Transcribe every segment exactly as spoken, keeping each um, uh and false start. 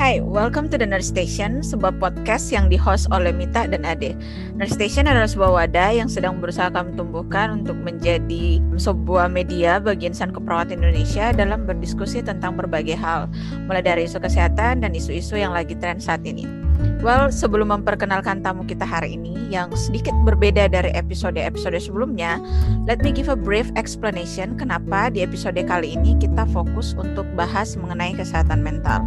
Hai, welcome to the Nurse Station, sebuah podcast yang di-host oleh Mita dan Ade. Nurse Station adalah sebuah wadah yang sedang berusaha kami tumbuhkan untuk menjadi sebuah media bagi insan keperawatan Indonesia dalam berdiskusi tentang berbagai hal, mulai dari isu kesehatan dan isu-isu yang lagi tren saat ini. Well, sebelum memperkenalkan tamu kita hari ini yang sedikit berbeda dari episode-episode sebelumnya, let me give a brief explanation kenapa di episode kali ini kita fokus untuk bahas mengenai kesehatan mental.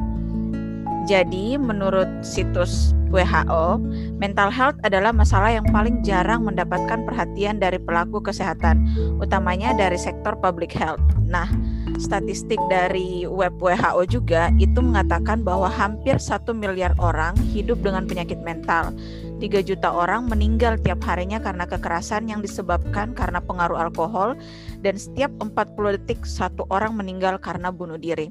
Jadi, menurut situs W H O, mental health adalah masalah yang paling jarang mendapatkan perhatian dari pelaku kesehatan, utamanya dari sektor public health. Nah, statistik dari web W H O juga itu mengatakan bahwa hampir satu miliar orang hidup dengan penyakit mental. tiga juta orang meninggal tiap harinya karena kekerasan yang disebabkan karena pengaruh alkohol, dan setiap empat puluh detik satu orang meninggal karena bunuh diri.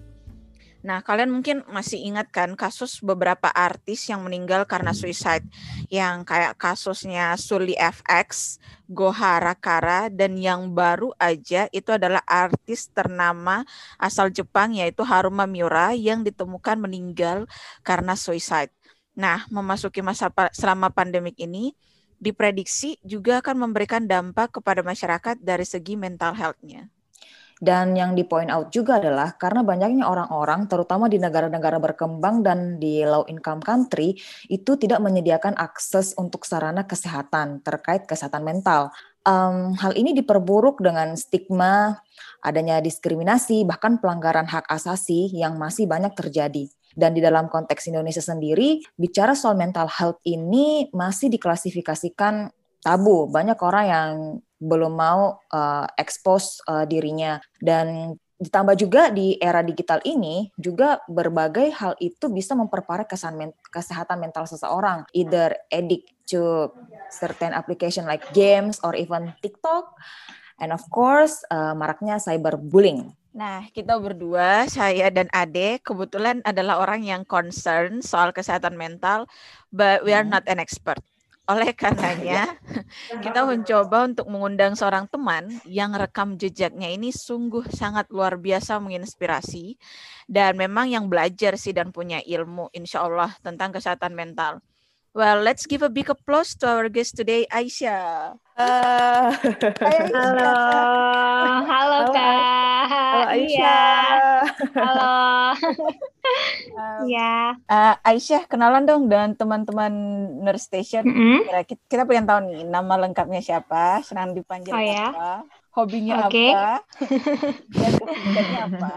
Nah, kalian mungkin masih ingat kan kasus beberapa artis yang meninggal karena suicide, yang kayak kasusnya Sully F X, Gohara Kara, dan yang baru aja itu adalah artis ternama asal Jepang yaitu Haruma Miura yang ditemukan meninggal karena suicide. Nah, memasuki masa pa- selama pandemik ini, diprediksi juga akan memberikan dampak kepada masyarakat dari segi mental health-nya. Dan yang di point out juga adalah karena banyaknya orang-orang, terutama di negara-negara berkembang dan di low income country, itu tidak menyediakan akses untuk sarana kesehatan terkait kesehatan mental. Um, hal ini diperburuk dengan stigma, adanya diskriminasi, bahkan pelanggaran hak asasi yang masih banyak terjadi. Dan di dalam konteks Indonesia sendiri, bicara soal mental health ini masih diklasifikasikan tabu. Banyak orang yang belum mau uh, expose uh, dirinya, dan ditambah juga di era digital ini juga berbagai hal itu bisa memperparah kesan, kesehatan mental seseorang, either addict to certain application like games or even TikTok, and of course uh, maraknya cyberbullying. Nah, kita berdua, saya dan Ade, kebetulan adalah orang yang concern soal kesehatan mental, but we are not an expert. Oleh karenanya, kita mencoba untuk mengundang seorang teman yang rekam jejaknya ini sungguh sangat luar biasa menginspirasi, dan memang yang belajar sih dan punya ilmu, insya Allah, tentang kesehatan mental. Well, let's give a big applause to our guest today, Aisyah. Uh, Hai Aisyah. Halo, halo Halo, Kak. halo Iya, Aisyah. halo. Um, Iya. uh, Aisyah, kenalan dong dengan teman-teman Nurse Station. Mm-mm. Kira kita, kita pengen tahu nih, nama lengkapnya siapa, senang dipanggil Oh ya, apa, hobinya oke. apa, dan kesibukannya apa.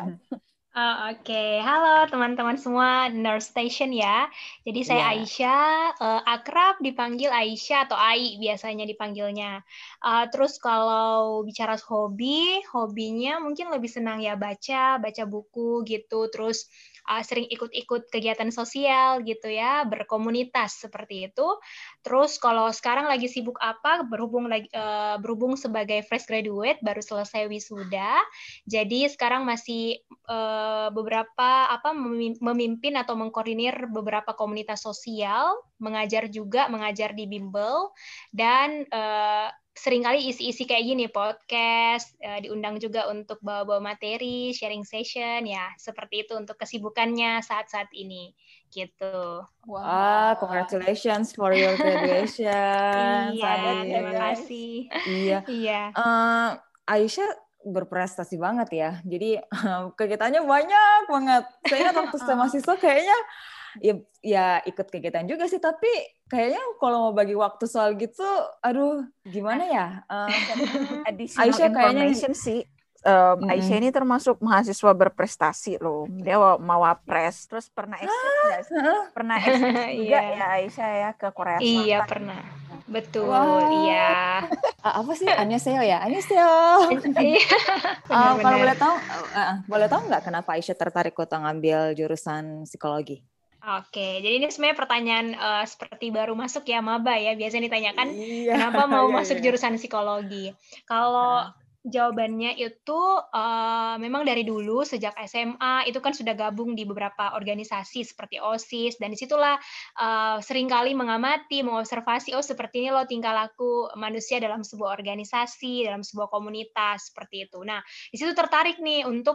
Oh, Oke, Halo teman-teman semua Nurse Station ya. Jadi saya Iya. Aisyah, eh, akrab dipanggil Aisyah atau Ai biasanya dipanggilnya. Eh, terus kalau bicara hobi, hobinya mungkin lebih senang ya baca, baca buku gitu. Terus eh, sering ikut-ikut kegiatan sosial gitu ya, berkomunitas seperti itu. Terus kalau sekarang lagi sibuk apa? Berhubung lagi eh, berhubung sebagai fresh graduate baru selesai wisuda. Jadi sekarang masih eh, beberapa apa memimpin atau mengkoordinir beberapa komunitas sosial, mengajar juga, mengajar di bimbel, dan uh, seringkali isi-isi kayak gini, podcast, uh, diundang juga untuk bawa-bawa materi, sharing session, ya seperti itu untuk kesibukannya saat-saat ini, gitu. Wow. Ah, congratulations for your graduation. Iya, terima Sadis. kasih. Iya. Iya. Uh, Aisyah berprestasi banget ya. Jadi kegiatannya banyak banget. Saya ingat waktu saya mahasiswa kayaknya ya, ya ikut kegiatan juga sih, tapi kayaknya kalau mau bagi waktu soal gitu, aduh gimana ya? Uh, Additional Aisyah kayaknya information sih. Um, Mm-mm. Aisyah ini termasuk mahasiswa berprestasi loh. Dia mau wapres, terus pernah eksis nggak sih? Pernah eksis juga Iya. ya Aisyah ya ke Korea Selatan. Iya, pernah. Betul, Wah. iya. Uh, apa sih? Annyeonghaseyo ya? Annyeonghaseyo. Iya. Uh, kalau Benar-benar. boleh tahu, uh, boleh tahu nggak kenapa Aisyah tertarik untuk ngambil jurusan psikologi? Oke, jadi ini sebenarnya pertanyaan uh, seperti baru masuk ya, maba ya. Biasanya ditanyakan, Iya, kenapa mau iya, masuk iya. jurusan psikologi? Kalau Nah. jawabannya itu uh, memang dari dulu sejak S M A itu kan sudah gabung di beberapa organisasi seperti OSIS, dan disitulah uh, seringkali mengamati, mengobservasi, oh seperti ini loh tingkah laku manusia dalam sebuah organisasi, dalam sebuah komunitas seperti itu. Nah, di situ tertarik nih untuk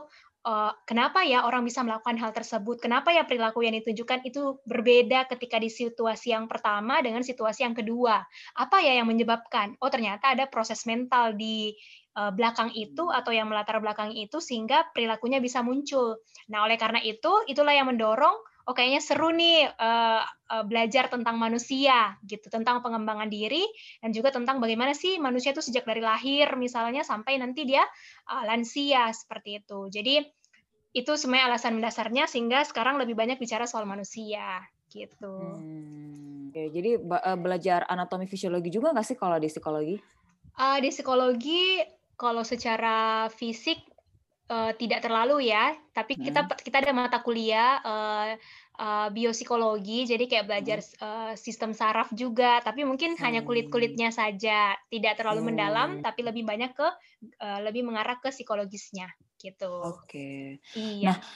uh, kenapa ya orang bisa melakukan hal tersebut, kenapa ya perilaku yang ditunjukkan itu berbeda ketika di situasi yang pertama dengan situasi yang kedua, apa ya yang menyebabkan? Oh ternyata ada proses mental di uh, belakang itu atau yang melatar belakang itu sehingga perilakunya bisa muncul. Nah oleh karena itu, itulah yang mendorong oh kayaknya seru nih uh, uh, belajar tentang manusia gitu, tentang pengembangan diri dan juga tentang bagaimana sih manusia itu sejak dari lahir misalnya sampai nanti dia uh, lansia seperti itu. Jadi itu sebenarnya alasan mendasarnya sehingga sekarang lebih banyak bicara soal manusia gitu. Hmm, oke, jadi uh, belajar anatomi fisiologi juga nggak sih kalau di psikologi? Uh, di psikologi kalau secara fisik uh, tidak terlalu ya, tapi kita hmm. kita ada mata kuliah uh, uh, biopsikologi, jadi kayak belajar hmm. uh, sistem saraf juga, tapi mungkin hmm. hanya kulit-kulitnya saja, tidak terlalu hmm. mendalam, tapi lebih banyak ke uh, lebih mengarah ke psikologisnya gitu. Oke. Iya. Nah,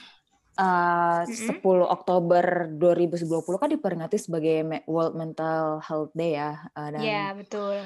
uh, mm-hmm. sepuluh Oktober dua ribu dua puluh kan diperingati sebagai World Mental Health Day ya. Uh, dan Iya, betul.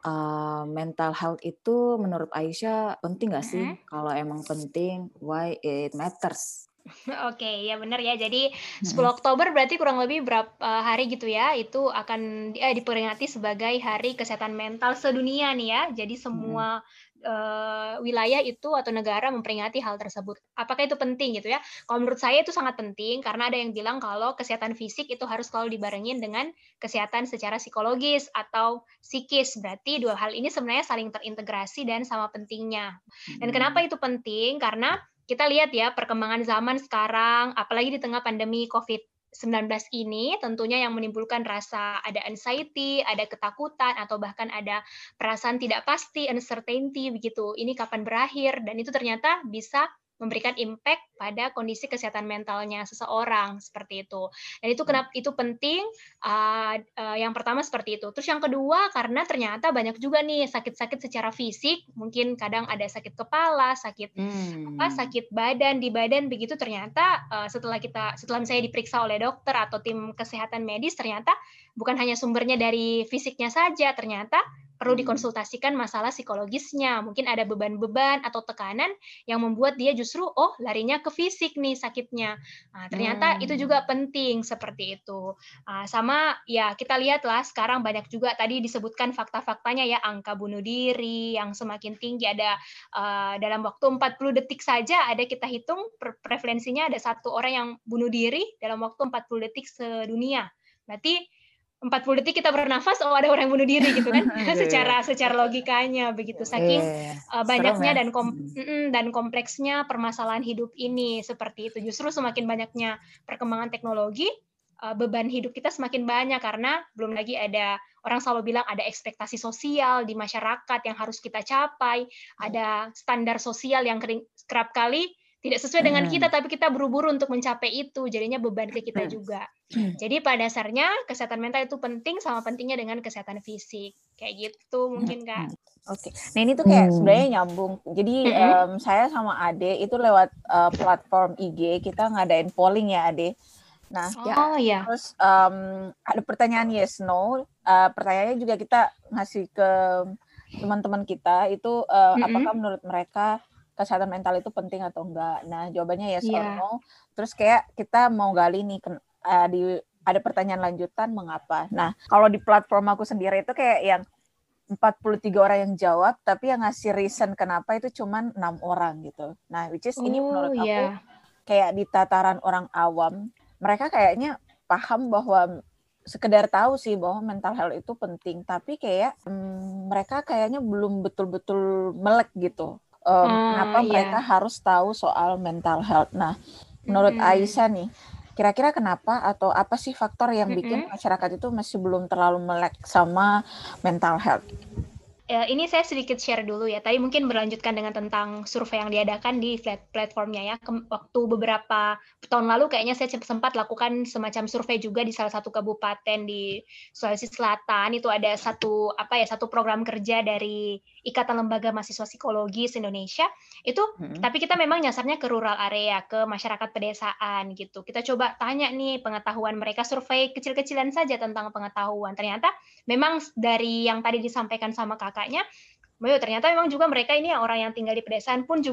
Uh, mental health itu menurut Aisyah penting nggak sih? Mm-hmm. Kalau emang penting, why it matters? Oke, okay, ya benar ya. Jadi sepuluh Oktober berarti kurang lebih berapa hari gitu ya, itu akan eh, diperingati sebagai Hari Kesehatan Mental Sedunia nih ya. Jadi semua hmm. uh, wilayah itu atau negara memperingati hal tersebut. Apakah itu penting gitu ya? Kalau menurut saya itu sangat penting karena ada yang bilang kalau kesehatan fisik itu harus selalu dibarengin dengan kesehatan secara psikologis atau psikis. Berarti dua hal ini sebenarnya saling terintegrasi dan sama pentingnya. Dan hmm. kenapa itu penting? Karena kita lihat ya perkembangan zaman sekarang, apalagi di tengah pandemi covid sembilan belas ini, tentunya yang menimbulkan rasa ada anxiety, ada ketakutan, atau bahkan ada perasaan tidak pasti, uncertainty, begitu. Ini kapan berakhir, dan itu ternyata bisa memberikan impact pada kondisi kesehatan mentalnya seseorang seperti itu. Dan itu kenapa itu penting? Uh, uh, yang pertama seperti itu. Terus yang kedua karena ternyata banyak juga nih sakit-sakit secara fisik, mungkin kadang ada sakit kepala, sakit hmm. apa, sakit badan di badan begitu. Ternyata uh, setelah kita setelah misalnya diperiksa oleh dokter atau tim kesehatan medis, ternyata bukan hanya sumbernya dari fisiknya saja, ternyata perlu dikonsultasikan masalah psikologisnya. Mungkin ada beban-beban atau tekanan yang membuat dia justru, oh larinya ke fisik nih sakitnya. Nah, ternyata hmm. itu juga penting seperti itu. Nah, sama ya kita lihatlah sekarang banyak juga tadi disebutkan fakta-faktanya ya, angka bunuh diri yang semakin tinggi. Ada uh, dalam waktu empat puluh detik saja ada kita hitung pre- prevalensinya ada satu orang yang bunuh diri dalam waktu empat puluh detik sedunia. Berarti empat puluh detik kita bernafas, oh ada orang yang bunuh diri gitu kan, secara secara logikanya begitu, saking uh, banyaknya dan kom mm, dan kompleksnya permasalahan hidup ini seperti itu. Justru semakin banyaknya perkembangan teknologi, uh, beban hidup kita semakin banyak karena belum lagi ada orang selalu bilang ada ekspektasi sosial di masyarakat yang harus kita capai, ada standar sosial yang kering, kerap kali tidak sesuai dengan kita, tapi kita buru-buru untuk mencapai itu, jadinya beban ke kita juga. Jadi pada dasarnya kesehatan mental itu penting sama pentingnya dengan kesehatan fisik, kayak gitu mungkin Kak. Oke, okay. Nah ini tuh kayak hmm. sebenarnya nyambung. Jadi mm-hmm. um, saya sama Ade itu lewat uh, platform I G kita ngadain polling ya Ade. Nah, oh, ya, ya. Terus um, ada pertanyaan yes no. Uh, pertanyaannya juga kita ngasih ke teman-teman kita itu uh, mm-hmm. apakah menurut mereka kesehatan mental itu penting atau enggak. Nah, jawabannya yes yeah. or no. Terus kayak kita mau gali nih uh, di ada pertanyaan lanjutan mengapa. Nah, kalau di platform aku sendiri itu kayak yang empat puluh tiga orang yang jawab, tapi yang ngasih reason kenapa itu cuman enam orang gitu. Nah, which is oh, ini menurut aku yeah. kayak di tataran orang awam, mereka kayaknya paham bahwa sekedar tahu sih bahwa mental health itu penting, tapi kayak hmm, mereka kayaknya belum betul-betul melek gitu. Um, uh, kenapa yeah. mereka harus tahu soal mental health. Nah, menurut mm-hmm. Aisyah nih, kira-kira kenapa atau apa sih faktor yang bikin mm-hmm. masyarakat itu masih belum terlalu melek sama mental health? Uh, ini saya sedikit share dulu ya. Tadi mungkin berlanjutkan dengan tentang survei yang diadakan di platformnya ya. Ke- waktu beberapa tahun lalu kayaknya saya sempat lakukan semacam survei juga di salah satu kabupaten di Sulawesi Selatan. Itu ada satu apa ya satu program kerja dari Ikatan Lembaga Mahasiswa Psikologis Indonesia. Itu hmm. tapi kita memang nyasarnya ke rural area, ke masyarakat pedesaan gitu. Kita coba tanya nih pengetahuan mereka, survei kecil-kecilan saja tentang pengetahuan. Ternyata memang dari yang tadi disampaikan sama kakaknya, ternyata memang juga mereka ini orang yang tinggal di pedesaan pun juga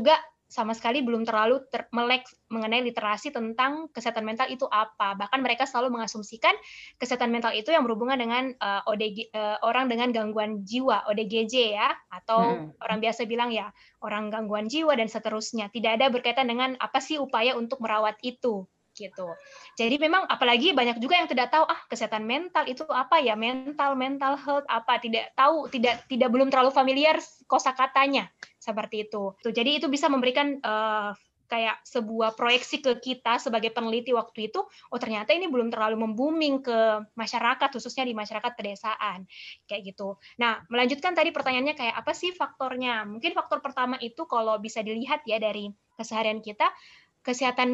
sama sekali belum terlalu ter- melek mengenai literasi tentang kesehatan mental itu apa. Bahkan mereka selalu mengasumsikan kesehatan mental itu yang berhubungan dengan uh, O D G, uh, orang dengan gangguan jiwa, O D G J ya, atau Mm-mm. orang biasa bilang ya orang gangguan jiwa dan seterusnya. Tidak ada berkaitan dengan apa sih upaya untuk merawat itu. Gitu. Jadi memang apalagi banyak juga yang tidak tahu ah kesehatan mental itu apa ya, mental mental health apa, tidak tahu, tidak tidak belum terlalu familiar kosakatanya seperti itu. Tuh, jadi itu bisa memberikan uh, kayak sebuah proyeksi ke kita sebagai peneliti waktu itu, oh ternyata ini belum terlalu membuming ke masyarakat, khususnya di masyarakat pedesaan kayak gitu. Nah, melanjutkan tadi pertanyaannya kayak apa sih faktornya? Mungkin faktor pertama itu kalau bisa dilihat ya dari keseharian kita, kesehatan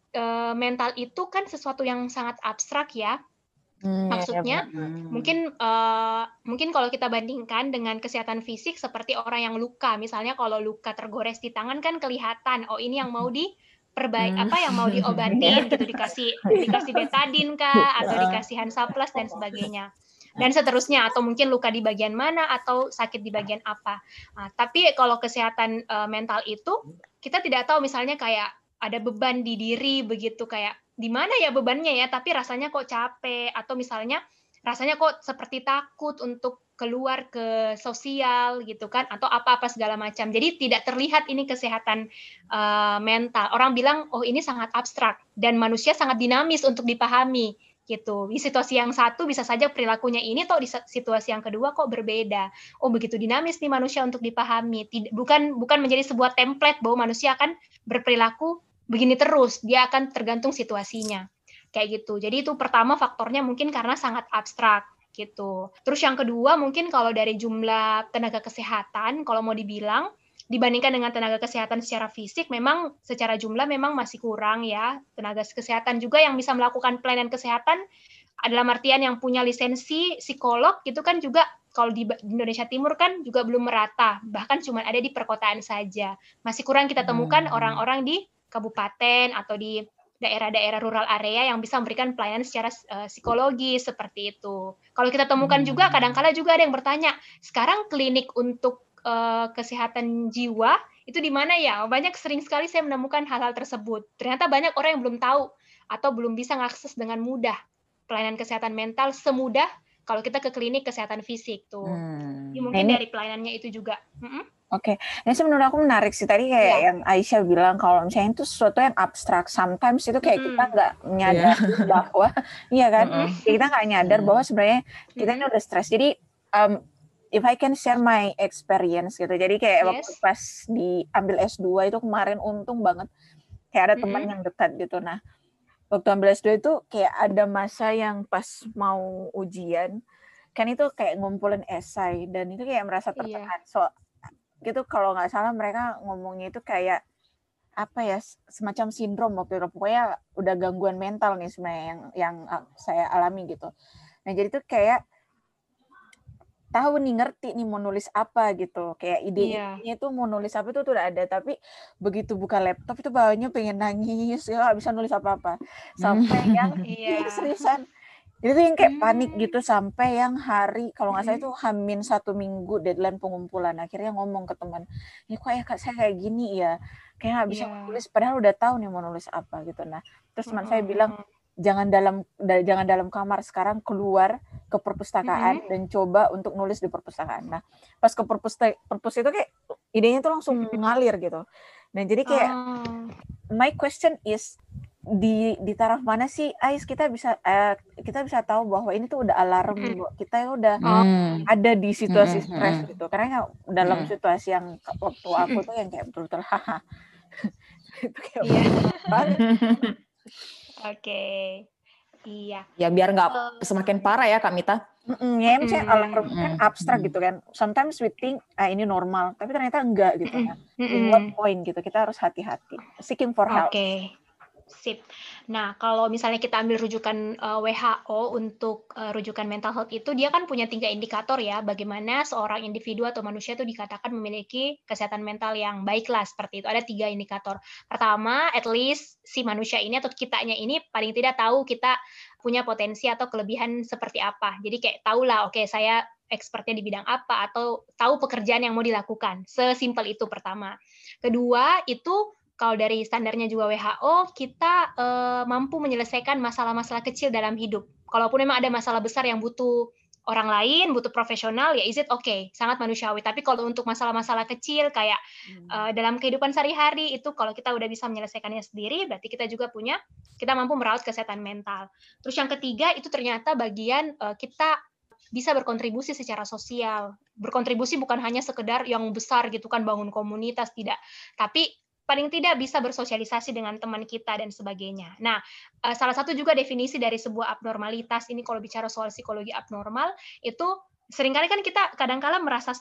mental itu kan sesuatu yang sangat abstrak ya. Hmm, Maksudnya, ya, ya, mungkin uh, mungkin kalau kita bandingkan dengan kesehatan fisik seperti orang yang luka, misalnya kalau luka tergores di tangan kan kelihatan, oh ini yang mau diperbaik, hmm. apa yang mau diobatin gitu, dikasih dikasih betadin kah, atau dikasih Hansaplast dan sebagainya. Dan seterusnya, atau mungkin luka di bagian mana, atau sakit di bagian apa. Nah, tapi kalau kesehatan uh, mental itu, kita tidak tahu misalnya kayak ada beban di diri begitu, kayak di mana ya bebannya ya, tapi rasanya kok capek, atau misalnya rasanya kok seperti takut untuk keluar ke sosial gitu kan, atau apa-apa segala macam. Jadi tidak terlihat ini kesehatan uh, mental. Orang bilang oh ini sangat abstrak dan manusia sangat dinamis untuk dipahami gitu. Di situasi yang satu bisa saja perilakunya ini, toh di situasi yang kedua kok berbeda. Oh begitu dinamis nih manusia untuk dipahami. Tidak, bukan bukan menjadi sebuah template bahwa manusia akan berperilaku begini terus, dia akan tergantung situasinya. Kayak gitu. Jadi itu pertama faktornya mungkin karena sangat abstrak gitu. Terus yang kedua mungkin kalau dari jumlah tenaga kesehatan, kalau mau dibilang dibandingkan dengan tenaga kesehatan secara fisik, memang secara jumlah memang masih kurang ya. Tenaga kesehatan juga yang bisa melakukan pelayanan kesehatan adalah artian yang punya lisensi psikolog gitu kan juga kalau di Indonesia Timur kan juga belum merata, bahkan cuma ada di perkotaan saja. Masih kurang kita temukan hmm. orang-orang di kabupaten atau di daerah-daerah rural area yang bisa memberikan pelayanan secara uh, psikologis seperti itu. Kalau kita temukan hmm. juga kadang-kala juga ada yang bertanya, sekarang klinik untuk uh, kesehatan jiwa itu di mana ya? Banyak sering sekali saya menemukan hal-hal tersebut. Ternyata banyak orang yang belum tahu atau belum bisa mengakses dengan mudah pelayanan kesehatan mental semudah kalau kita ke klinik kesehatan fisik tuh. Hmm. Jadi mungkin ini, dari pelayanannya itu juga. Mm-hmm. Oke, okay. Ini menurut aku menarik sih tadi kayak yeah. yang Aisyah bilang kalau misalnya itu sesuatu yang abstrak, sometimes itu kayak mm-hmm. kita nggak nyadar yeah. bahwa, iya kan, mm-hmm. kita nggak nyadar mm-hmm. bahwa sebenarnya kita mm-hmm. ini udah stres. Jadi, um, if I can share my experience gitu, jadi kayak yes. waktu pas diambil S dua itu kemarin untung banget, kayak ada mm-hmm. teman yang dekat gitu, nah waktu ambil S dua itu kayak ada masa yang pas mau ujian, kan itu kayak ngumpulin esai dan itu kayak merasa tertekan. Yeah. So gitu kalau nggak salah mereka ngomongnya itu kayak apa ya semacam sindrom waktu itu, pokoknya udah gangguan mental nih sebenarnya yang yang saya alami gitu. Nah jadi tuh kayak tahu nih ngerti nih mau nulis apa gitu, kayak ide-idenya yeah. itu mau nulis apa itu tuh udah ada, tapi begitu buka laptop itu bawahnya pengen nangis ya nggak bisa nulis apa-apa sampai yang yeah. seriusan itu tuh yang kayak panik gitu sampai yang hari kalau nggak salah itu hamin satu minggu deadline pengumpulan, akhirnya ngomong ke teman ini kok ya kak saya kayak gini ya kayak nggak bisa yeah. nulis padahal udah tahu nih mau nulis apa gitu. Nah terus teman mm-hmm. saya bilang jangan dalam da, jangan dalam kamar, sekarang keluar ke perpustakaan mm-hmm. dan coba untuk nulis di perpustakaan. Nah pas ke perpustakaan perpus itu kayak idenya tuh langsung ngalir gitu. Nah jadi kayak oh. my question is di di taraf mana sih Ais kita bisa eh, kita bisa tahu bahwa ini tuh udah alarm mm-hmm. kita udah mm. ada di situasi mm-hmm. stres gitu, karena dalam mm-hmm. situasi yang waktu aku tuh yang kayak betul-betul haha itu kayak yeah. banget. Oke, okay. Iya. Ya biar nggak uh, semakin parah ya Kak Mita. Mm-mm, ya misalnya mm, alarm mm, kan abstrak mm, gitu kan. Sometimes we think ah, ini normal, tapi ternyata enggak gitu kan. Mm, In what point gitu, kita harus hati-hati. Seeking for help. Oke. Okay. Sip. Nah, kalau misalnya kita ambil rujukan uh, W H O untuk uh, rujukan mental health itu, dia kan punya tiga indikator ya, bagaimana seorang individu atau manusia itu dikatakan memiliki kesehatan mental yang baiklah, seperti itu. Ada tiga indikator. Pertama, at least si manusia ini atau kitanya ini paling tidak tahu kita punya potensi atau kelebihan seperti apa. Jadi kayak tahulah, oke okay, saya expertnya di bidang apa, atau tahu pekerjaan yang mau dilakukan. Sesimpel itu pertama. Kedua, itu kalau dari standarnya juga W H O, kita uh, mampu menyelesaikan masalah-masalah kecil dalam hidup. Kalaupun memang ada masalah besar yang butuh orang lain, butuh profesional, ya is it okay, sangat manusiawi. Tapi kalau untuk masalah-masalah kecil kayak hmm. uh, dalam kehidupan sehari-hari itu kalau kita udah bisa menyelesaikannya sendiri, berarti kita juga punya, kita mampu merawat kesehatan mental. Terus yang ketiga itu ternyata bagian uh, kita bisa berkontribusi secara sosial. Berkontribusi bukan hanya sekedar yang besar gitu kan, bangun komunitas, tidak. Tapi paling tidak bisa bersosialisasi dengan teman kita dan sebagainya. Nah, salah satu juga definisi dari sebuah abnormalitas ini kalau bicara soal psikologi abnormal itu seringkali kan kita kadang-kala merasa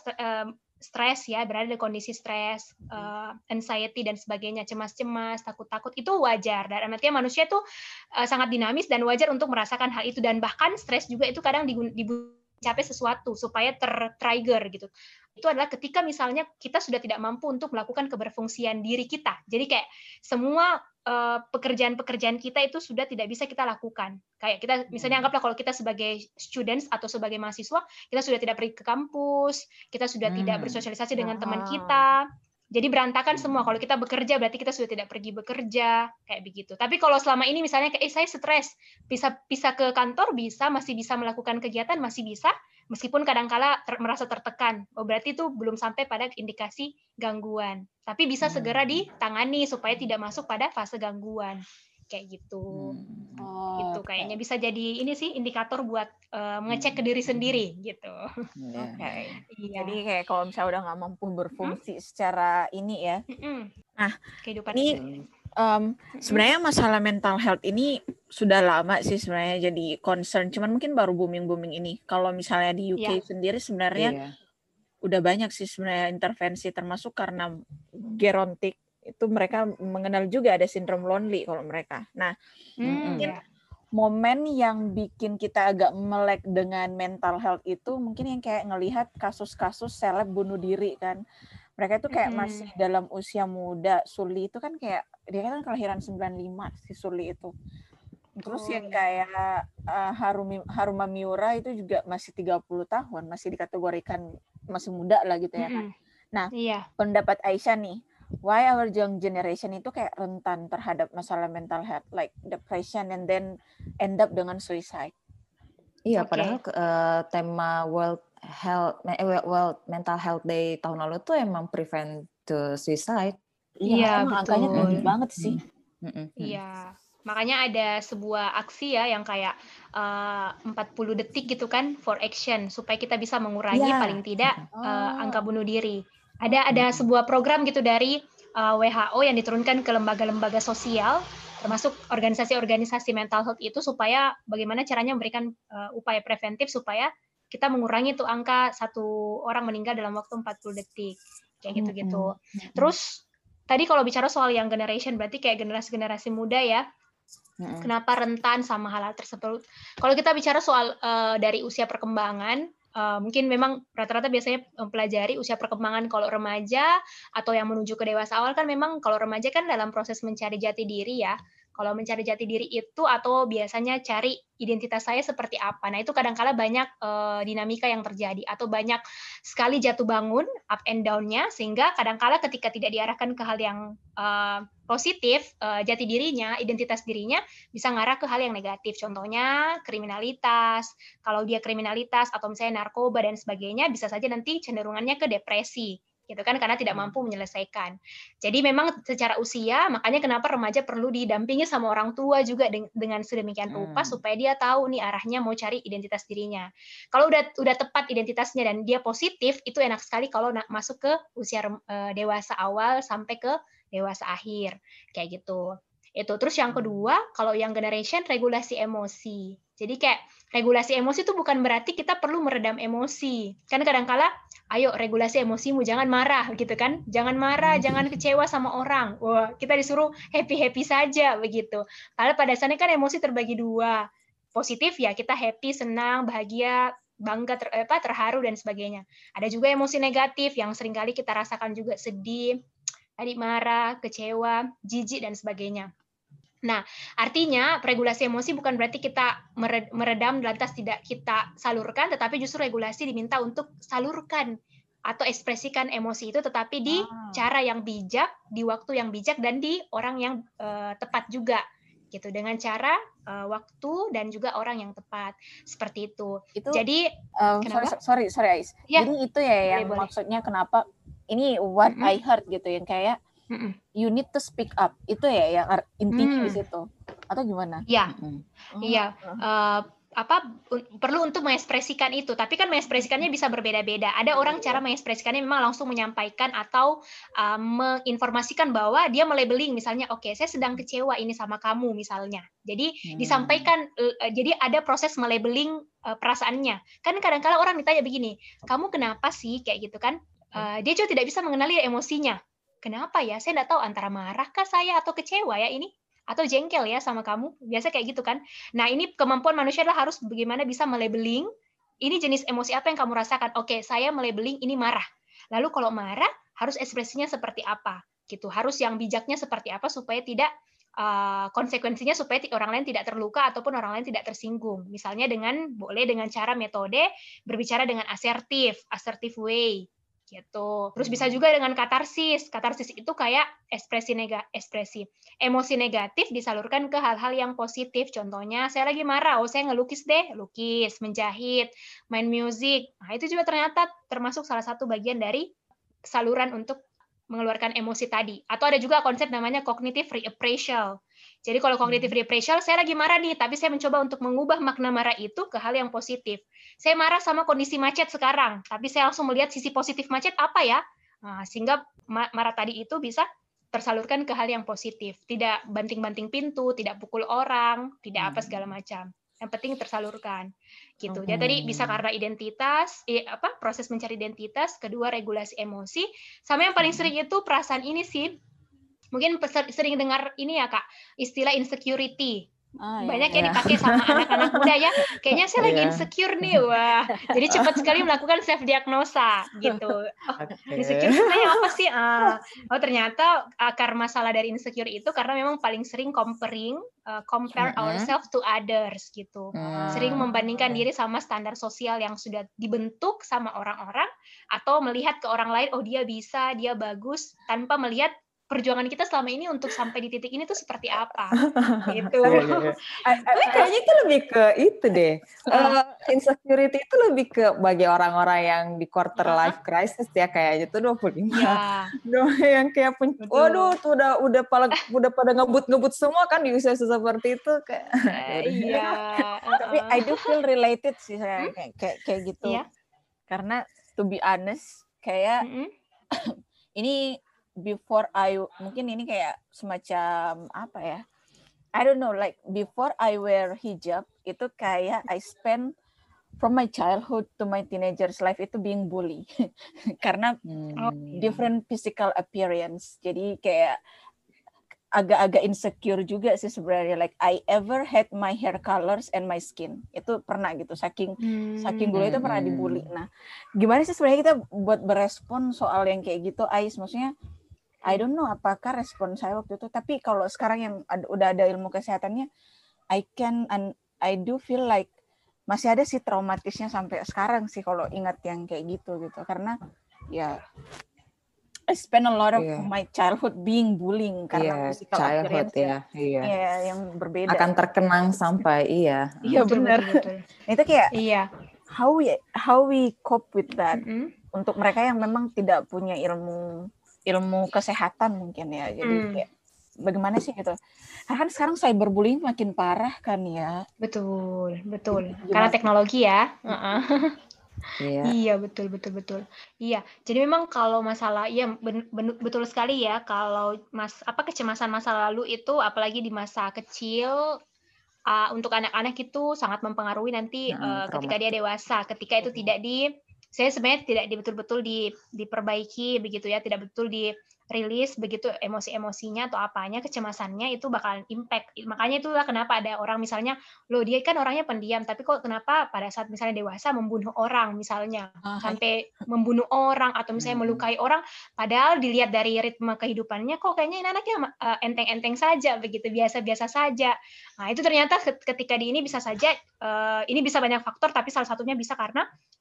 stres ya, berada di kondisi stres, uh, anxiety dan sebagainya, cemas-cemas, takut-takut itu wajar. Dan artinya manusia itu uh, sangat dinamis dan wajar untuk merasakan hal itu, dan bahkan stres juga itu kadang dicapai sesuatu supaya ter-trigger gitu. Itu adalah ketika misalnya kita sudah tidak mampu untuk melakukan keberfungsian diri kita. Jadi kayak semua uh, pekerjaan-pekerjaan kita itu sudah tidak bisa kita lakukan. Kayak kita misalnya anggaplah kalau kita sebagai students atau sebagai mahasiswa, kita sudah tidak pergi ke kampus, kita sudah hmm. tidak bersosialisasi dengan wow. teman kita. Jadi berantakan semua. Kalau kita bekerja berarti kita sudah tidak pergi bekerja, kayak begitu. Tapi kalau selama ini misalnya kayak eh saya stres, bisa bisa ke kantor bisa, masih bisa melakukan kegiatan masih bisa, meskipun kadang-kala ter, merasa tertekan. Oh berarti itu belum sampai pada indikasi gangguan. Tapi bisa segera ditangani supaya tidak masuk pada fase gangguan. Kayak gitu. Oh, gitu kayaknya bisa jadi ini sih indikator buat uh, mengecek ke diri sendiri gitu. Oke. Okay. Iya. Jadi kayak kalau misalnya udah nggak mampu berfungsi hmm? secara ini ya. Hmm. Nah, kehidupan ini um, sebenarnya masalah mental health ini sudah lama sih sebenarnya jadi concern. Cuman mungkin baru booming-booming ini. Kalau misalnya di U K yeah. sendiri sebenarnya yeah. udah banyak sih sebenarnya intervensi, termasuk karena gerontik itu mereka mengenal juga ada sindrom lonely kalau mereka. Nah, hmm, mungkin ya. momen yang bikin kita agak melek dengan mental health itu mungkin yang kayak ngelihat kasus-kasus seleb bunuh diri kan. Mereka itu kayak hmm. masih dalam usia muda. Sully itu kan kayak dia kan kelahiran sembilan puluh lima si Sully itu. Terus oh, yang ya. kayak uh, Harumi, Haruma Miura itu juga masih tiga puluh tahun, masih dikategorikan masih muda lah gitu ya kan. Nah, iya. pendapat Aisyah nih, why our young generation itu kayak rentan terhadap masalah mental health, like depression and then end up dengan suicide. Iya, okay. padahal uh, tema World Health, World Mental Health Day tahun lalu tuh emang prevent the suicide. Iya, betul. Angkanya tinggi mm-hmm. banget sih. Mm-hmm. Iya, makanya ada sebuah aksi ya yang kayak uh, empat puluh detik gitu kan for action supaya kita bisa mengurangi yeah. paling tidak uh, angka bunuh diri. Ada ada sebuah program gitu dari uh, W H O yang diturunkan ke lembaga-lembaga sosial, termasuk organisasi-organisasi mental health itu supaya bagaimana caranya memberikan uh, upaya preventif supaya kita mengurangi tuh angka satu orang meninggal dalam waktu empat puluh detik. Kayak gitu-gitu. Mm-hmm. Terus tadi kalau bicara soal yang generation berarti kayak generasi-generasi muda ya. Mm-hmm. Kenapa rentan sama hal-hal tersebut? Kalau kita bicara soal uh, dari usia perkembangan, Uh, mungkin memang rata-rata biasanya mempelajari usia perkembangan kalau remaja atau yang menuju ke dewasa awal kan memang kalau remaja kan dalam proses mencari jati diri ya. Kalau mencari jati diri itu atau biasanya cari identitas saya seperti apa. Nah itu kadang-kala banyak uh, dinamika yang terjadi atau banyak sekali jatuh bangun up and down-nya sehingga kadang-kala ketika tidak diarahkan ke hal yang uh, positif, uh, jati dirinya, identitas dirinya bisa ngarah ke hal yang negatif. Contohnya kriminalitas. Kalau dia kriminalitas atau misalnya narkoba dan sebagainya bisa saja nanti cenderungannya ke depresi. Gitu kan karena tidak mampu menyelesaikan. Jadi memang secara usia makanya kenapa remaja perlu didampingi sama orang tua juga dengan sedemikian rupa hmm. supaya dia tahu nih arahnya mau cari identitas dirinya. Kalau udah udah tepat identitasnya dan dia positif itu enak sekali kalau masuk ke usia uh, dewasa awal sampai ke dewasa akhir kayak gitu. Itu terus yang kedua kalau yang generation regulasi emosi. Jadi kayak regulasi emosi itu bukan berarti kita perlu meredam emosi. Kan kadang-kala, ayo regulasi emosimu, jangan marah gitu kan. Jangan marah, jangan kecewa sama orang. Wah, kita disuruh happy-happy saja begitu. Padahal pada dasarnya kan emosi terbagi dua. Positif ya, kita happy, senang, bahagia, bangga, ter, apa, terharu dan sebagainya. Ada juga emosi negatif yang seringkali kita rasakan juga sedih, tadi marah, kecewa, jijik dan sebagainya. Nah, artinya regulasi emosi bukan berarti kita meredam lantas tidak kita salurkan, tetapi justru regulasi diminta untuk salurkan atau ekspresikan emosi itu, tetapi di Ah. cara yang bijak, di waktu yang bijak, dan di orang yang uh, tepat juga, gitu. Dengan cara uh, waktu dan juga orang yang tepat, seperti itu. Itu, Jadi, um, kenapa? sorry, sorry, sorry Ais. Ya, Jadi itu ya boleh, yang boleh. maksudnya kenapa ini what Mm-mm. I heard gitu, yang kayak Mm-mm. you need to speak up. Itu ya yang ar- intinya Hmm. di situ. Atau gimana? Iya, Mm-mm. iya. Uh, apa un- perlu untuk mengekspresikan itu, tapi kan mengekspresikannya bisa berbeda-beda. Ada orang cara mengekspresikannya memang langsung menyampaikan atau uh, menginformasikan bahwa dia melabeling, misalnya, oke, okay, saya sedang kecewa ini sama kamu misalnya. Jadi Hmm. disampaikan, uh, jadi ada proses melabeling uh, perasaannya. Kan kadang-kala orang ditanya begini, kamu kenapa sih kayak gitu kan? Uh, dia juga tidak bisa mengenali emosinya. Kenapa ya? Saya tidak tahu antara marahkah saya atau kecewa ya ini, atau jengkel ya sama kamu, biasa kayak gitu kan. Nah, ini kemampuan manusia adalah harus bagaimana bisa melabeling, ini jenis emosi apa yang kamu rasakan. Oke, saya melabeling ini marah. Lalu kalau marah, harus ekspresinya seperti apa, gitu. Harus yang bijaknya seperti apa supaya tidak, uh, konsekuensinya supaya orang lain tidak terluka ataupun orang lain tidak tersinggung. Misalnya dengan, boleh dengan cara metode berbicara dengan asertif, assertive way, gitu. Terus bisa juga dengan katarsis. Katarsis itu kayak ekspresi nega, ekspresi emosi negatif disalurkan ke hal-hal yang positif. Contohnya, saya lagi marah, oh saya ngelukis deh, lukis, menjahit, main musik. Nah, itu juga ternyata termasuk salah satu bagian dari saluran untuk mengeluarkan emosi tadi. Atau ada juga konsep namanya cognitive reappraisal. Jadi kalau cognitive reappraisal, saya lagi marah nih, tapi saya mencoba untuk mengubah makna marah itu ke hal yang positif. Saya marah sama kondisi macet sekarang, tapi saya langsung melihat sisi positif macet apa ya? Nah, sehingga marah tadi itu bisa tersalurkan ke hal yang positif. Tidak banting-banting pintu, tidak pukul orang, tidak apa segala macam. Yang penting tersalurkan. Gitu. Jadi tadi bisa karena identitas, eh, apa proses mencari identitas, kedua regulasi emosi, sama yang paling sering itu perasaan ini sih. Mungkin sering dengar ini ya Kak, istilah insecurity. Ah, banyak ya, yang ya. dipakai sama anak-anak muda ya. Kayaknya saya lagi Iya. insecure nih, wah. Jadi cepat sekali melakukan self diagnosa gitu. Oh, Oke. insecure sebenarnya apa sih? Ah, oh ternyata akar masalah dari insecure itu karena memang paling sering comparing, uh, compare Mm-mm. ourselves to others gitu. Hmm. Sering membandingkan diri sama standar sosial yang sudah dibentuk sama orang-orang, atau melihat ke orang lain, oh dia bisa, dia bagus, tanpa melihat perjuangan kita selama ini untuk sampai di titik ini tuh seperti apa gitu. Iya, iya, iya. Tapi kayaknya itu lebih ke itu deh. Uh, insecurity itu lebih ke bagi orang-orang yang di quarter Uh-huh. life crisis ya, kayaknya tuh dua puluh lima. Ya. Yang kayak pen- Betul. waduh tuh udah udah pada udah pada ngebut-ngebut semua kan di usia seperti itu kayak. Eh, iya. Tapi Uh-uh. I do feel related sih saya Hmm? kayak kayak kayak gitu. Iya. Karena to be honest kayak Mm-mm. ini before I mungkin ini kayak semacam apa ya? I don't know, like before I wear hijab itu kayak I spend from my childhood to my teenagers life itu being bully karena Hmm. different physical appearance. Jadi kayak agak-agak insecure juga sih sebenarnya. Like I ever had my hair colors and my skin. Itu pernah gitu. Saking Hmm. saking dulu itu pernah Hmm. dibully. Nah, gimana sih sebenarnya kita buat berespon soal yang kayak gitu, Ais? Maksudnya I don't know apakah respon saya waktu itu. Tapi kalau sekarang yang ada, udah ada ilmu kesehatannya, I can and I do feel like masih ada sih traumatisnya sampai sekarang sih kalau ingat yang kayak gitu gitu. Karena ya I spend a lot of Iya. my childhood being bullying karena Iya, physical childhood appearance ya, iya. ya yang berbeda. Akan terkenang sampai iya. Iya Betul, benar. betul, betul. Itu kayak Iya. how we how we cope with that Mm-mm. untuk mereka yang memang tidak punya ilmu ilmu kesehatan mungkin ya. Jadi Hmm. kayak bagaimana sih gitu. Karena kan sekarang cyberbullying makin parah kan ya. Betul, betul. Gimana? Karena teknologi ya. Uh-uh. Iya. Iya, betul, betul, betul. Iya, jadi memang kalau masalah, iya ben- ben- betul sekali ya, kalau mas apa kecemasan masa lalu itu, apalagi di masa kecil, uh, untuk anak-anak itu sangat mempengaruhi nanti Hmm, uh, ketika dia dewasa, ketika itu tidak di, saya sebenarnya tidak di, betul-betul di, diperbaiki begitu ya, tidak betul dirilis begitu emosi-emosinya atau apanya, kecemasannya itu bakalan impact. Makanya itulah kenapa ada orang misalnya, loh dia kan orangnya pendiam, tapi kok kenapa pada saat misalnya dewasa membunuh orang misalnya, Ah, sampai membunuh orang atau misalnya Hmm. melukai orang, padahal dilihat dari ritme kehidupannya kok kayaknya ini anaknya uh, enteng-enteng saja begitu, biasa-biasa saja. Nah itu ternyata ketika di ini bisa saja uh, ini bisa banyak faktor, tapi salah satunya bisa karena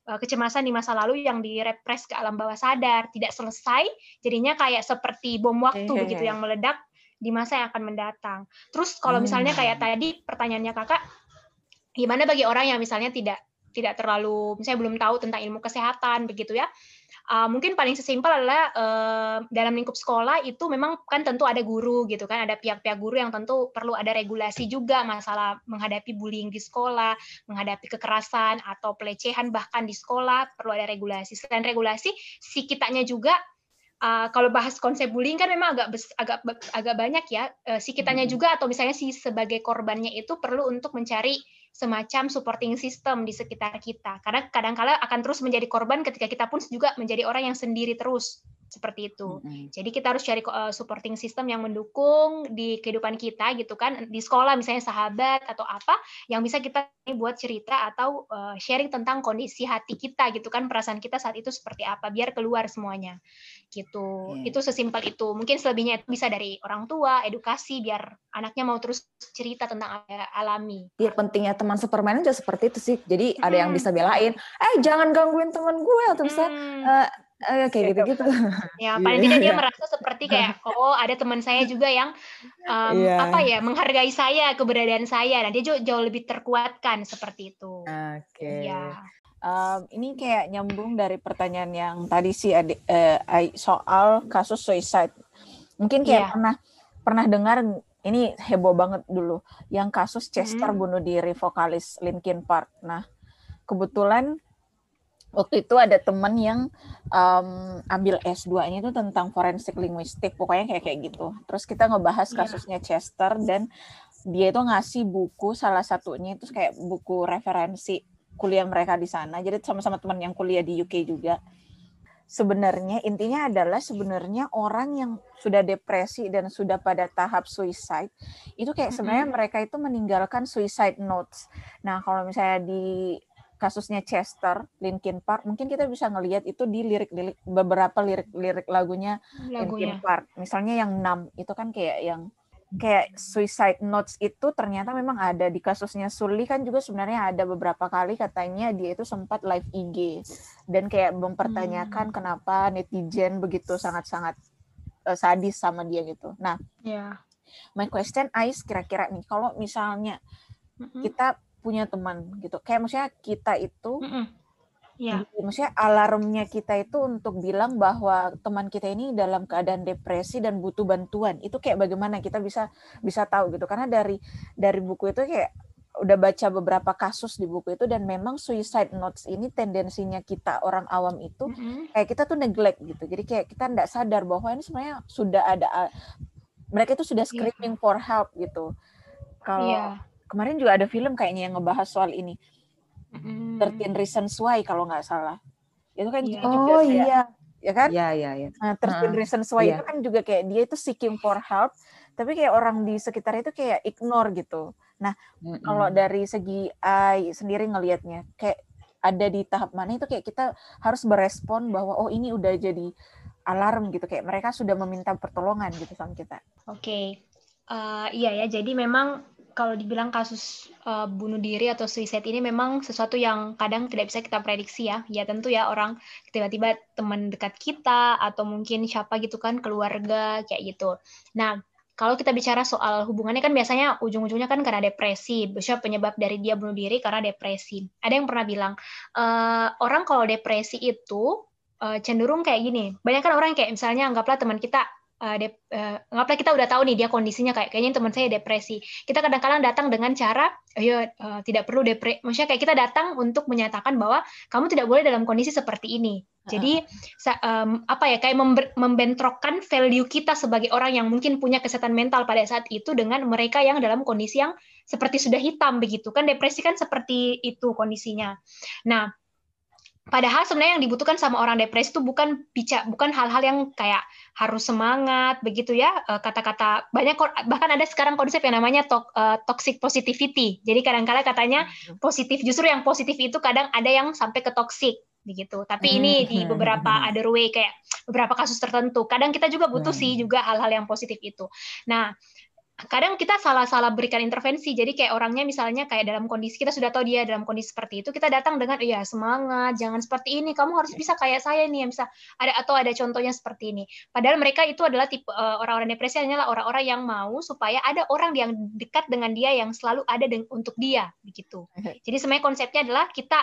kecemasan di masa lalu yang direpres ke alam bawah sadar, tidak selesai, jadinya kayak seperti bom waktu Hehehe. begitu yang meledak di masa yang akan mendatang. Terus kalau misalnya kayak tadi pertanyaannya kakak, gimana bagi orang yang misalnya tidak tidak terlalu, misalnya belum tahu tentang ilmu kesehatan begitu ya? Uh, mungkin paling sesimpel adalah uh, dalam lingkup sekolah itu memang kan tentu ada guru gitu kan, ada pihak-pihak guru yang tentu perlu ada regulasi juga masalah menghadapi bullying di sekolah, menghadapi kekerasan atau pelecehan bahkan di sekolah perlu ada regulasi. Selain regulasi, si kitanya juga uh, kalau bahas konsep bullying kan memang agak bes, agak agak banyak ya, uh, si kitanya juga atau misalnya si sebagai korbannya itu perlu untuk mencari semacam supporting system di sekitar kita. Karena kadang-kala akan terus menjadi korban ketika kita pun juga menjadi orang yang sendiri terus. Seperti itu. Mm-hmm. Jadi kita harus cari uh, supporting system yang mendukung di kehidupan kita gitu kan. Di sekolah misalnya sahabat atau apa yang bisa kita buat cerita atau uh, sharing tentang kondisi hati kita gitu kan. Perasaan kita saat itu seperti apa. Biar keluar semuanya. Gitu. Yeah. Itu sesimpel itu. Mungkin selebihnya bisa dari orang tua, edukasi biar anaknya mau terus cerita tentang alami. Iya, pentingnya teman sepermainan juga seperti itu sih. Jadi hmm. ada yang bisa belain, eh jangan gangguin teman gue atau bisa hmm. uh, uh, kayak gitu-gitu. Ya paling tidak dia merasa seperti kayak oh ada teman saya juga yang um, yeah. apa ya menghargai saya, keberadaan saya, dan dia jauh, jauh lebih terkuatkan seperti itu. Oke. Okay. Ya. Um, ini kayak nyambung dari pertanyaan yang tadi sih adik, eh, soal kasus suicide. Mungkin kayak yeah. pernah pernah dengar. Ini heboh banget dulu, yang kasus Chester hmm. bunuh diri vokalis Linkin Park. Nah, kebetulan waktu itu ada teman yang um, ambil S dua-nya itu tentang forensik linguistik, pokoknya kayak kayak gitu. Terus kita ngebahas kasusnya yeah. Chester, dan dia itu ngasih buku, salah satunya itu kayak buku referensi kuliah mereka di sana. Jadi sama-sama teman yang kuliah di U K juga. Sebenarnya intinya adalah sebenarnya orang yang sudah depresi dan sudah pada tahap suicide itu kayak sebenarnya mm-hmm. mereka itu meninggalkan suicide notes. Nah kalau misalnya di kasusnya Chester Linkin Park mungkin kita bisa ngelihat itu di lirik-lirik beberapa lirik-lirik lagunya, lagunya Linkin Park. Misalnya yang Numb itu kan kayak yang kayak suicide notes itu ternyata memang ada di kasusnya Sully kan juga sebenarnya ada beberapa kali katanya dia itu sempat live I G dan kayak mempertanyakan hmm. kenapa netizen begitu sangat-sangat uh, sadis sama dia gitu. Nah, yeah. my question Ais kira-kira nih kalau misalnya mm-hmm. kita punya teman gitu, kayak maksudnya kita itu mm-hmm. Yeah. Maksudnya alarmnya kita itu untuk bilang bahwa teman kita ini dalam keadaan depresi dan butuh bantuan. Itu kayak bagaimana kita bisa bisa tahu gitu. Karena dari dari buku itu kayak udah baca beberapa kasus di buku itu dan memang suicide notes ini tendensinya kita orang awam itu mm-hmm. kayak kita tuh neglect gitu. Jadi kayak kita enggak sadar bahwa ini sebenarnya sudah ada mereka itu sudah screaming yeah. for help gitu. Kalau yeah. kemarin juga ada film kayaknya yang ngebahas soal ini. Mm. thirteen Reasons Why kalau nggak salah itu kan yeah. juga oh kayak, iya ya kan iya iya iya nah thirteen uh, Reasons Why yeah. itu kan juga kayak dia itu seeking for help tapi kayak orang di sekitar itu kayak ignore gitu. Nah mm-hmm. kalau dari segi I sendiri ngelihatnya kayak ada di tahap mana itu kayak kita harus berespon bahwa oh ini udah jadi alarm gitu kayak mereka sudah meminta pertolongan gitu sama kita. Oke okay. uh, iya ya jadi memang kalau dibilang kasus uh, bunuh diri atau suicide ini memang sesuatu yang kadang tidak bisa kita prediksi ya. Ya tentu ya orang tiba-tiba teman dekat kita atau mungkin siapa gitu kan keluarga kayak gitu. Nah kalau kita bicara soal hubungannya kan biasanya ujung-ujungnya kan karena depresi. Biasanya penyebab dari dia bunuh diri karena depresi. Ada yang pernah bilang uh, orang kalau depresi itu uh, cenderung kayak gini. Banyak kan orang kayak misalnya anggaplah teman kita Uh, de, uh, anggaplah kita udah tahu nih dia kondisinya kayak kayaknya teman saya depresi. Kita kadang-kadang datang dengan cara, ayo uh, tidak perlu depresi. Maksudnya kayak kita datang untuk menyatakan bahwa kamu tidak boleh dalam kondisi seperti ini. Jadi um, apa ya kayak member, membentrokkan value kita sebagai orang yang mungkin punya kesehatan mental pada saat itu dengan mereka yang dalam kondisi yang seperti sudah hitam begitu kan depresi kan seperti itu kondisinya. Nah padahal sebenarnya yang dibutuhkan sama orang depresi itu bukan bicara, bukan hal-hal yang kayak harus semangat begitu ya, kata-kata banyak bahkan ada sekarang konsep yang namanya to, uh, toxic positivity. Jadi kadang-kadang katanya positif, justru yang positif itu kadang ada yang sampai ke toxic begitu. Tapi ini di beberapa other way kayak beberapa kasus tertentu. Kadang kita juga butuh sih juga hal-hal yang positif itu. Nah, kadang kita salah-salah berikan intervensi. Jadi kayak orangnya misalnya kayak dalam kondisi, kita sudah tahu dia dalam kondisi seperti itu, kita datang dengan, iya semangat, jangan seperti ini, kamu harus bisa kayak saya nih, yang bisa ada, atau ada contohnya seperti ini. Padahal mereka itu adalah tipe uh, orang-orang depresi adalah orang-orang yang mau supaya ada orang yang dekat dengan dia yang selalu ada untuk dia, begitu. Jadi sebenarnya konsepnya adalah kita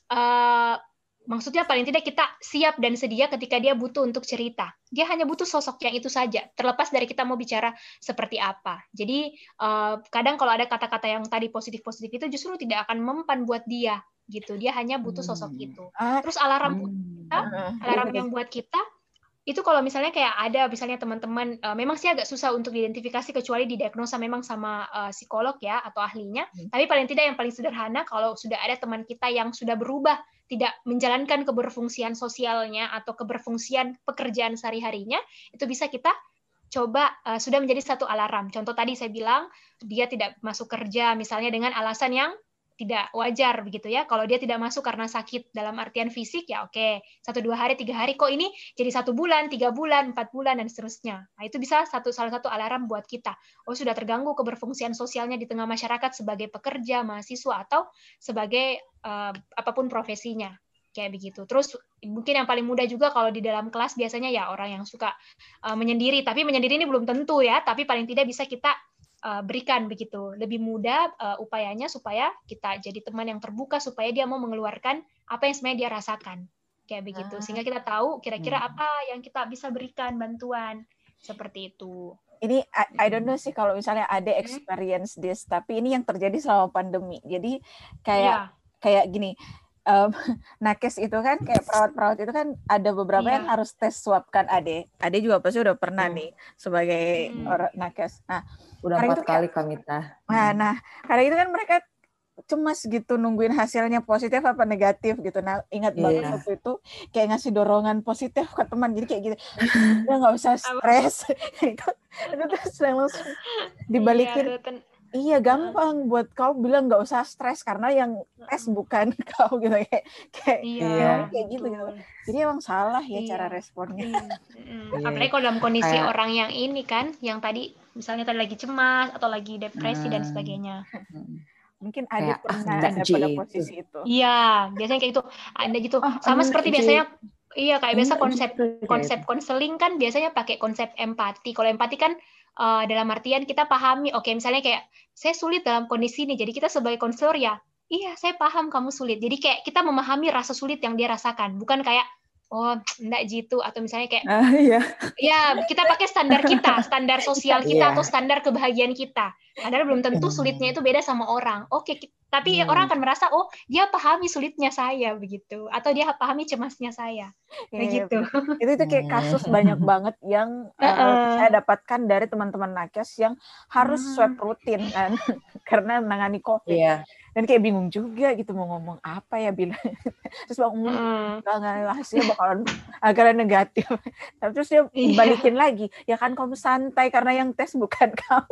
uh, maksudnya paling tidak kita siap dan sedia ketika dia butuh untuk cerita. Dia hanya butuh sosok yang itu saja, terlepas dari kita mau bicara seperti apa. Jadi uh, kadang kalau ada kata-kata yang tadi positif-positif itu justru tidak akan mempan buat dia, gitu. Dia hanya butuh sosok itu. Terus alarm kita, alarm yang buat kita itu kalau misalnya kayak ada misalnya teman-teman, uh, memang sih agak susah untuk diidentifikasi kecuali didiagnosa memang sama uh, psikolog ya atau ahlinya. Hmm. Tapi paling tidak yang paling sederhana kalau sudah ada teman kita yang sudah berubah, tidak menjalankan keberfungsian sosialnya atau keberfungsian pekerjaan sehari-harinya, itu bisa kita coba uh, sudah menjadi satu alarm. Contoh tadi saya bilang dia tidak masuk kerja misalnya dengan alasan yang tidak wajar begitu ya. Kalau dia tidak masuk karena sakit dalam artian fisik ya oke, satu dua hari tiga hari kok ini jadi satu bulan, tiga bulan, empat bulan dan seterusnya. Nah itu bisa satu salah satu alarm buat kita. Oh sudah terganggu keberfungsian sosialnya di tengah masyarakat sebagai pekerja, mahasiswa atau sebagai uh, apapun profesinya kayak begitu. Terus mungkin yang paling mudah juga kalau di dalam kelas biasanya ya orang yang suka uh, menyendiri. Tapi menyendiri ini belum tentu ya. Tapi paling tidak bisa kita Uh, berikan begitu, lebih mudah uh, upayanya supaya kita jadi teman yang terbuka supaya dia mau mengeluarkan apa yang sebenarnya dia rasakan kayak begitu, sehingga kita tahu kira-kira apa yang kita bisa berikan bantuan seperti itu. Ini I, I don't know sih kalau misalnya ada experience this, tapi ini yang terjadi selama pandemi. Jadi kayak yeah. kayak gini. Um, nakes itu kan kayak perawat-perawat itu kan ada beberapa yeah. yang harus tes swab kan Ade. Ade juga pasti udah pernah hmm. nih sebagai hmm. orang nakes. Nah, udah empat kali Kamita. Nah, nah, karena itu kan mereka cemas gitu nungguin hasilnya positif apa negatif gitu. Nah, ingat yeah. banget waktu itu kayak ngasih dorongan positif ke teman. Jadi kayak gitu, udah nggak usah stres. itu itu terus langsung dibalikin. Yeah, iya gampang buat kau bilang nggak usah stres karena yang tes bukan kau gitu kayak kayak iya, kayak gitu gitu. Jadi emang salah ya iya. cara responnya. Iya. Apalagi kalau dalam kondisi kayak orang yang ini kan, yang tadi misalnya tadi lagi cemas atau lagi depresi hmm. dan sebagainya. Mungkin ada kayak, pernah ah, ada pada posisi itu. Iya, biasanya kayak gitu. Ada gitu. Oh, sama seperti biasanya. Iya, kayak biasa konsep konsep konseling kan biasanya pakai konsep empati. Kalau empati kan uh, dalam artian kita pahami, oke okay, misalnya kayak saya sulit dalam kondisi ini, jadi kita sebagai konselor ya, iya saya paham kamu sulit. Jadi kayak kita memahami rasa sulit yang dia rasakan, bukan kayak oh enggak gitu atau misalnya kayak uh, iya. ya kita pakai standar kita, standar sosial kita yeah. atau standar kebahagiaan kita. Padahal belum tentu sulitnya itu beda sama orang. Oke, okay, tapi hmm. orang akan merasa oh dia pahami sulitnya saya begitu atau dia pahami cemasnya saya begitu. Ya, itu itu kayak kasus banyak banget yang uh, uh. saya dapatkan dari teman-teman nakes yang harus hmm. swab rutin kan karena menangani COVID. Yeah. Dan kayak bingung juga gitu mau ngomong apa ya bilang. Terus bang ngomong hmm. hasilnya bakalan agar negatif. Tapi terus dia balikin yeah. lagi. Ya kan kamu santai karena yang tes bukan kamu.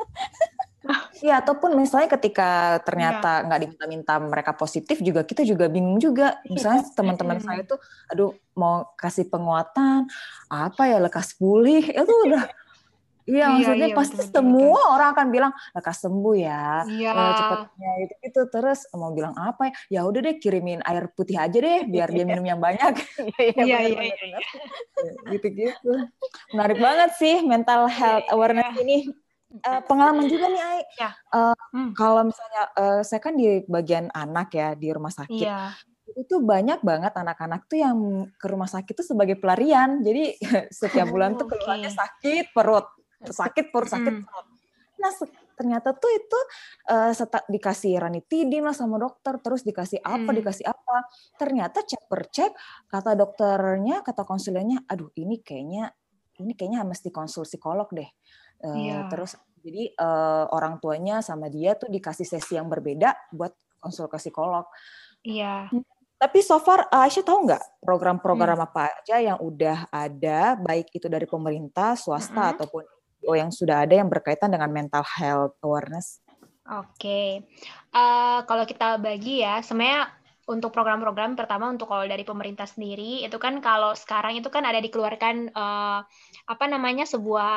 Iya, ataupun misalnya ketika ternyata nggak ya. diminta-minta mereka positif juga, kita juga bingung juga. Misalnya teman-teman saya tuh, aduh mau kasih penguatan, apa ya lekas pulih, itu udah, iya maksudnya iya, pasti betul, semua betul. orang akan bilang lekas sembuh ya, iya. cepatnya itu itu terus mau bilang apa ya, ya udah deh kirimin air putih aja deh, biar dia minum yang banyak. Iya iya iya. Gitu-gitu. Menarik banget sih mental health awareness ya. ini. Uh, pengalaman juga nih Ai, ya. uh, hmm. kalau misalnya uh, saya kan di bagian anak ya di rumah sakit, ya. itu banyak banget anak-anak tuh yang ke rumah sakit tuh sebagai pelarian, jadi setiap bulan tuh keluarnya okay. sakit perut, sakit perut, sakit hmm. perut. Nah ternyata tuh itu uh, setak, dikasih ranitidin lah sama dokter, terus dikasih apa, hmm. dikasih apa, ternyata cek per cek kata dokternya, kata konselornya, aduh ini kayaknya ini kayaknya mesti konsul psikolog deh. Uh, yeah. Terus jadi uh, orang tuanya sama dia tuh dikasih sesi yang berbeda buat konsul ke psikolog. Iya. Yeah. Tapi so far Aisyah tahu nggak program-program hmm. apa aja yang udah ada, baik itu dari pemerintah, swasta hmm. ataupun oh, yang sudah ada yang berkaitan dengan mental health awareness? Oke, okay. uh, kalau kita bagi ya, sebenarnya untuk program-program pertama untuk kalau dari pemerintah sendiri itu kan kalau sekarang itu kan ada dikeluarkan uh, apa namanya sebuah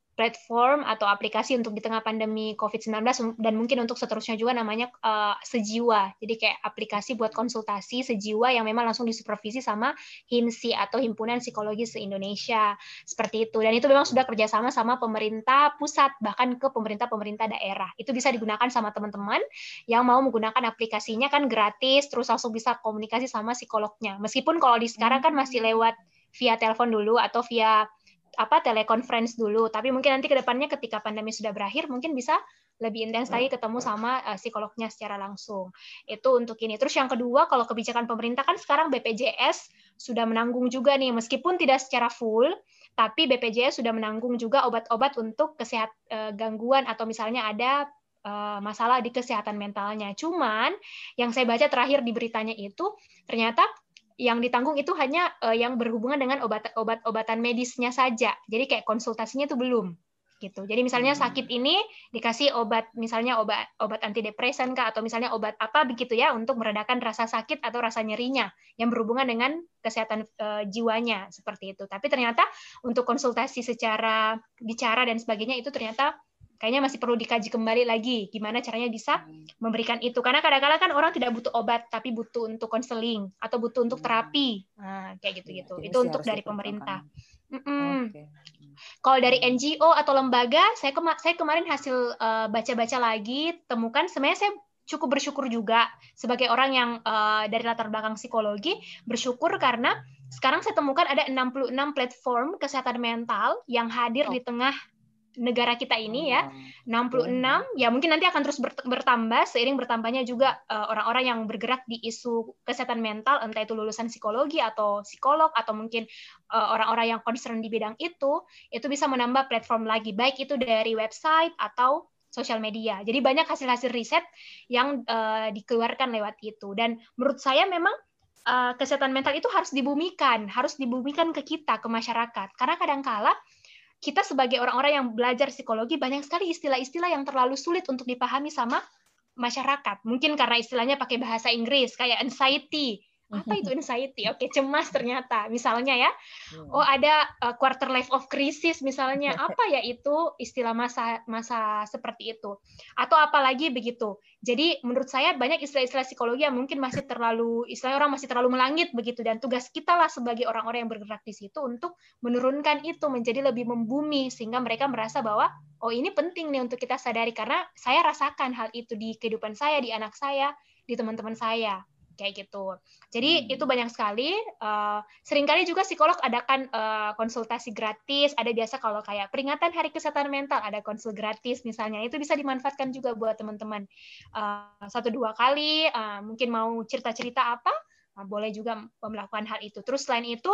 platform atau aplikasi untuk di tengah pandemi covid sembilan belas dan mungkin untuk seterusnya juga namanya uh, Sejiwa. Jadi kayak aplikasi buat konsultasi Sejiwa yang memang langsung disupervisi sama HIMSI atau Himpunan Psikologi se-Indonesia. Seperti itu. Dan itu memang sudah kerjasama sama pemerintah pusat, bahkan ke pemerintah-pemerintah daerah. Itu bisa digunakan sama teman-teman yang mau menggunakan aplikasinya kan gratis, terus langsung bisa komunikasi sama psikolognya. Meskipun kalau di sekarang kan masih lewat via telepon dulu atau via apa telekonferensi dulu, tapi mungkin nanti ke depannya ketika pandemi sudah berakhir mungkin bisa lebih intens lagi ketemu sama uh, psikolognya secara langsung. Itu untuk ini. Terus yang kedua, kalau kebijakan pemerintah kan sekarang B P J S sudah menanggung juga nih, meskipun tidak secara full, tapi B P J S sudah menanggung juga obat-obat untuk kesehat uh, gangguan atau misalnya ada uh, masalah di kesehatan mentalnya. Cuman yang saya baca terakhir di beritanya itu ternyata yang ditanggung itu hanya uh, yang berhubungan dengan obat-obatan medisnya saja. Jadi kayak konsultasinya itu belum gitu. Jadi misalnya sakit ini dikasih obat, misalnya obat obat antidepresan kah atau misalnya obat apa begitu ya untuk meredakan rasa sakit atau rasa nyerinya yang berhubungan dengan kesehatan uh, jiwanya seperti itu. Tapi ternyata untuk konsultasi secara bicara dan sebagainya itu ternyata kayaknya masih perlu dikaji kembali lagi gimana caranya bisa memberikan itu, karena kadang-kadang kan orang tidak butuh obat tapi butuh untuk konseling atau butuh untuk terapi, nah kayak gitu-gitu. Ya, itu untuk dari pemerintah. Okay. Kalau dari N G O atau lembaga, saya kema saya kemarin hasil uh, baca-baca lagi temukan sebenarnya saya cukup bersyukur juga sebagai orang yang uh, dari latar belakang psikologi, bersyukur karena sekarang saya temukan ada enam puluh enam platform kesehatan mental yang hadir oh. di tengah negara kita ini ya, enam puluh enam, ya mungkin nanti akan terus bertambah seiring bertambahnya juga uh, orang-orang yang bergerak di isu kesehatan mental, entah itu lulusan psikologi atau psikolog atau mungkin uh, orang-orang yang concern di bidang itu, itu bisa menambah platform lagi, baik itu dari website atau sosial media. Jadi banyak hasil-hasil riset yang uh, dikeluarkan lewat itu, dan menurut saya memang uh, kesehatan mental itu harus dibumikan, harus dibumikan ke kita, ke masyarakat, karena kadang-kala kita sebagai orang-orang yang belajar psikologi banyak sekali istilah-istilah yang terlalu sulit untuk dipahami sama masyarakat. Mungkin karena istilahnya pakai bahasa Inggris, kayak anxiety. Apa itu anxiety? Oke, cemas ternyata. Misalnya ya, oh ada uh, quarter life of crisis misalnya. Apa ya itu istilah masa masa seperti itu? Atau apalagi begitu. Jadi menurut saya banyak istilah-istilah psikologi yang mungkin masih terlalu, istilahnya orang masih terlalu melangit begitu. Dan tugas kita lah sebagai orang-orang yang bergerak di situ untuk menurunkan itu menjadi lebih membumi sehingga mereka merasa bahwa oh ini penting nih untuk kita sadari karena saya rasakan hal itu di kehidupan saya, di anak saya, di teman-teman saya. Kayak gitu. Jadi hmm. itu banyak sekali. Uh, seringkali juga psikolog adakan uh, konsultasi gratis. Ada biasa kalau kayak peringatan Hari Kesehatan Mental, ada konsul gratis misalnya. Itu bisa dimanfaatkan juga buat teman-teman. Uh, satu dua kali, uh, mungkin mau cerita-cerita apa, uh, boleh juga melakukan hal itu. Terus selain itu,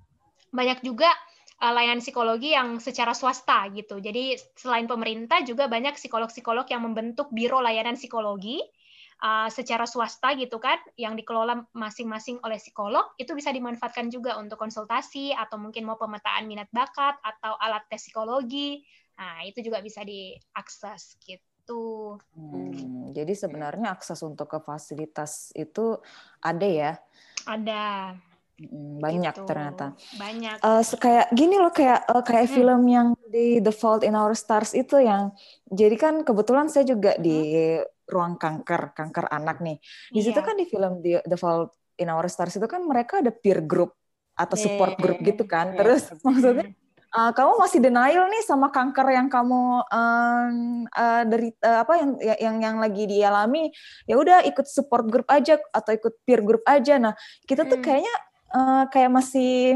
banyak juga uh, layanan psikologi yang secara swasta gitu. Jadi selain pemerintah juga banyak psikolog-psikolog yang membentuk biro layanan psikologi Uh, secara swasta gitu kan, yang dikelola masing-masing oleh psikolog, itu bisa dimanfaatkan juga untuk konsultasi atau mungkin mau pemetaan minat bakat atau alat tes psikologi. Nah, itu juga bisa diakses gitu. Hmm, jadi sebenarnya akses untuk ke fasilitas itu ada ya? Ada. Banyak gitu. Ternyata. Banyak. Uh, kayak gini loh, kayak uh, kayak hmm. film yang di The Fault in Our Stars itu yang, jadi kan kebetulan saya juga hmm. di ruang kanker, kanker anak nih. Di yeah. situ kan di film The, The Fault in Our Stars itu kan mereka ada peer group atau support yeah. group gitu kan. Terus yeah. maksudnya uh, kamu masih denial nih sama kanker yang kamu um, uh, dari uh, apa yang yang yang lagi dialami, ya udah ikut support group aja atau ikut peer group aja. Nah, kita tuh kayaknya uh, kayak masih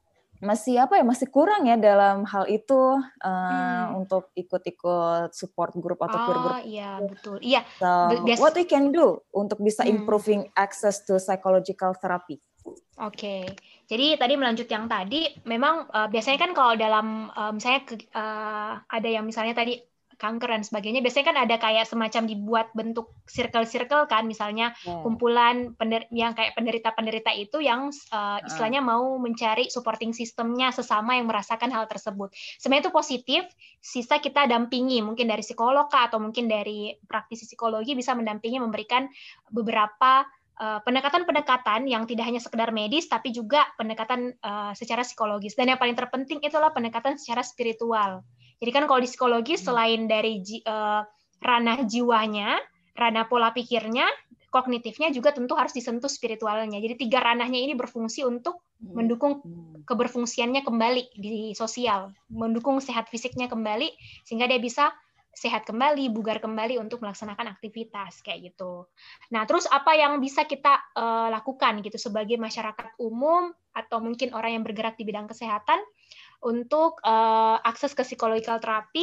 masih apa ya masih kurang ya dalam hal itu uh, hmm. untuk ikut-ikut support group atau oh, peer group. Iya betul. Iya. So, Bias- what we can do untuk bisa hmm. improving access to psychological therapy? Oke, okay. Jadi tadi melanjut yang tadi, memang uh, biasanya kan kalau dalam uh, misalnya uh, ada yang misalnya tadi kanker dan sebagainya, biasanya kan ada kayak semacam dibuat bentuk circle-circle kan, misalnya yeah. kumpulan pender- yang kayak penderita-penderita itu yang uh, istilahnya uh. mau mencari supporting sistemnya sesama yang merasakan hal tersebut. Sebenarnya itu positif, sisa kita dampingi, mungkin dari psikolog kah, atau mungkin dari praktisi psikologi bisa mendampingi, memberikan beberapa uh, pendekatan-pendekatan yang tidak hanya sekedar medis, tapi juga pendekatan uh, secara psikologis. Dan yang paling terpenting itulah pendekatan secara spiritual. Jadi kan kalau di psikologi selain dari uh, ranah jiwanya, ranah pola pikirnya, kognitifnya juga tentu harus disentuh spiritualnya. Jadi tiga ranahnya ini berfungsi untuk mendukung keberfungsiannya kembali di sosial, mendukung sehat fisiknya kembali sehingga dia bisa sehat kembali, bugar kembali untuk melaksanakan aktivitas kayak gitu. Nah, terus apa yang bisa kita uh, lakukan gitu sebagai masyarakat umum atau mungkin orang yang bergerak di bidang kesehatan untuk uh, akses ke psychological therapy?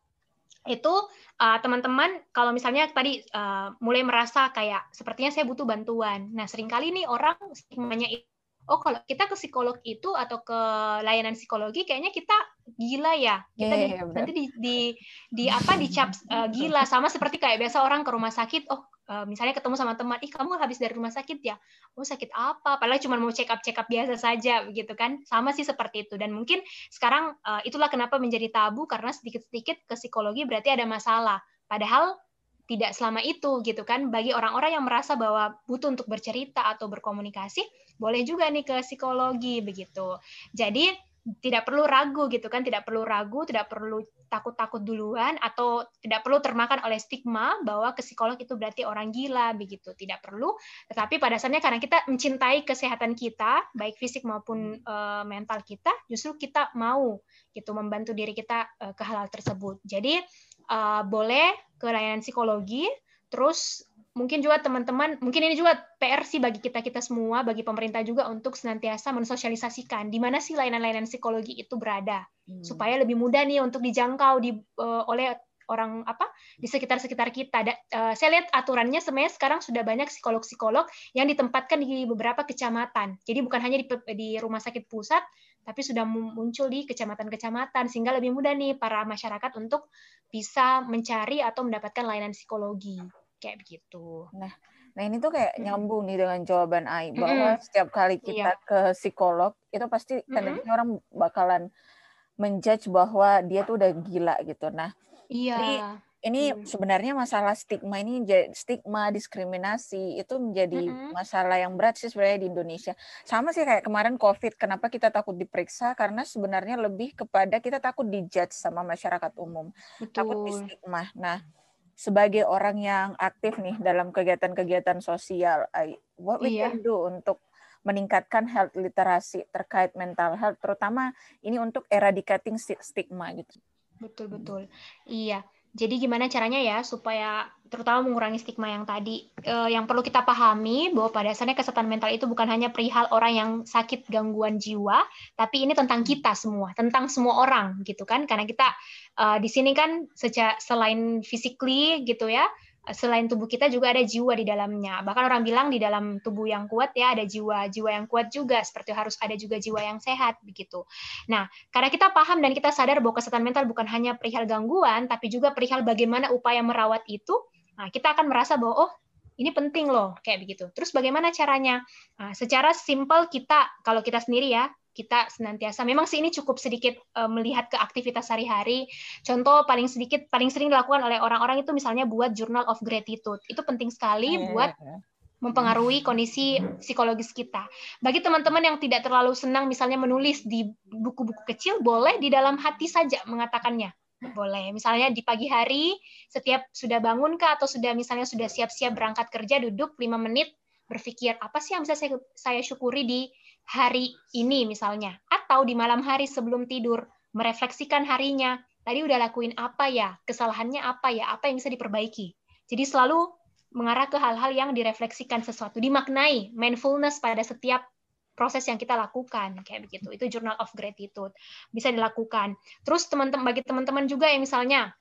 Itu uh, teman-teman kalau misalnya tadi uh, mulai merasa kayak sepertinya saya butuh bantuan. Nah, seringkali nih orang stigmanya itu, oh kalau kita ke psikolog itu atau ke layanan psikologi kayaknya kita gila ya. Kita yeah, di, yeah, nanti di, di di apa dicap uh, gila, sama seperti kayak biasa orang ke rumah sakit, oh uh, misalnya ketemu sama teman, ih kamu habis dari rumah sakit ya? Oh sakit apa? Padahal cuma mau check up check up biasa saja begitu kan. Sama sih seperti itu. Dan mungkin sekarang uh, itulah kenapa menjadi tabu, karena sedikit-sedikit ke psikologi berarti ada masalah. Padahal tidak selama itu gitu kan. Bagi orang-orang yang merasa bahwa butuh untuk bercerita atau berkomunikasi, boleh juga nih ke psikologi begitu. Jadi tidak perlu ragu gitu kan, tidak perlu ragu, tidak perlu takut-takut duluan atau tidak perlu termakan oleh stigma bahwa ke psikolog itu berarti orang gila begitu. Tidak perlu, tetapi pada dasarnya karena kita mencintai kesehatan kita, baik fisik maupun uh, mental kita, justru kita mau gitu membantu diri kita uh, ke hal-hal tersebut. Jadi uh, boleh ke layanan psikologi, terus mungkin juga teman-teman, mungkin ini juga P R sih bagi kita-kita semua, bagi pemerintah juga untuk senantiasa mensosialisasikan di mana sih layanan-layanan psikologi itu berada, hmm. supaya lebih mudah nih untuk dijangkau di, uh, oleh orang apa di sekitar-sekitar kita. Da, uh, saya lihat aturannya sebenarnya sekarang sudah banyak psikolog-psikolog yang ditempatkan di beberapa kecamatan. Jadi bukan hanya di, di rumah sakit pusat, tapi sudah muncul di kecamatan-kecamatan, sehingga lebih mudah nih para masyarakat untuk bisa mencari atau mendapatkan layanan psikologi. Kayak begitu. Nah, nah ini tuh kayak nyambung nih dengan jawaban Ai, bahwa mm-hmm. setiap kali kita iya. ke psikolog, itu pasti mm-hmm. tendensinya orang bakalan menjudge bahwa dia tuh udah gila gitu. Nah, iya. Jadi ini mm. sebenarnya masalah stigma ini, stigma diskriminasi itu menjadi mm-hmm. masalah yang berat sih sebenarnya di Indonesia. Sama sih kayak kemarin COVID, kenapa kita takut diperiksa? Karena sebenarnya lebih kepada kita takut dijudge sama masyarakat umum. Betul. Takut di stigma. Nah, sebagai orang yang aktif nih dalam kegiatan-kegiatan sosial, what we iya. can do untuk meningkatkan health literasi terkait mental health, terutama ini untuk eradicating stigma gitu. Betul betul, iya. Jadi gimana caranya ya supaya terutama mengurangi stigma yang tadi, eh, yang perlu kita pahami bahwa pada dasarnya kesehatan mental itu bukan hanya perihal orang yang sakit gangguan jiwa, tapi ini tentang kita semua, tentang semua orang gitu kan, karena kita uh, di sini kan secara selain physically gitu ya, selain tubuh kita juga ada jiwa di dalamnya. Bahkan orang bilang di dalam tubuh yang kuat ya ada jiwa, jiwa yang kuat juga, seperti harus ada juga jiwa yang sehat begitu. Nah, karena kita paham dan kita sadar bahwa kesehatan mental bukan hanya perihal gangguan, tapi juga perihal bagaimana upaya merawat itu, nah kita akan merasa bahwa oh ini penting loh kayak begitu. Terus bagaimana caranya? Nah, secara simpel kita, kalau kita sendiri ya, kita senantiasa, memang sih ini cukup sedikit uh, melihat ke aktivitas sehari-hari. Contoh paling sedikit, paling sering dilakukan oleh orang-orang itu misalnya buat journal of gratitude. Itu penting sekali buat mempengaruhi kondisi psikologis kita. Bagi teman-teman yang tidak terlalu senang misalnya menulis di buku-buku kecil, boleh di dalam hati saja mengatakannya. Boleh. Misalnya di pagi hari, setiap sudah bangun kah, atau sudah misalnya sudah siap-siap berangkat kerja, duduk lima menit, berpikir apa sih yang bisa saya, saya syukuri di hari ini misalnya. Atau di malam hari sebelum tidur, merefleksikan harinya. Tadi udah lakuin apa ya? Kesalahannya apa ya? Apa yang bisa diperbaiki? Jadi selalu mengarah ke hal-hal yang direfleksikan sesuatu, dimaknai, mindfulness pada setiap proses yang kita lakukan, kayak begitu. Itu journal of gratitude. Bisa dilakukan. Terus teman-teman, bagi teman-teman juga yang misalnya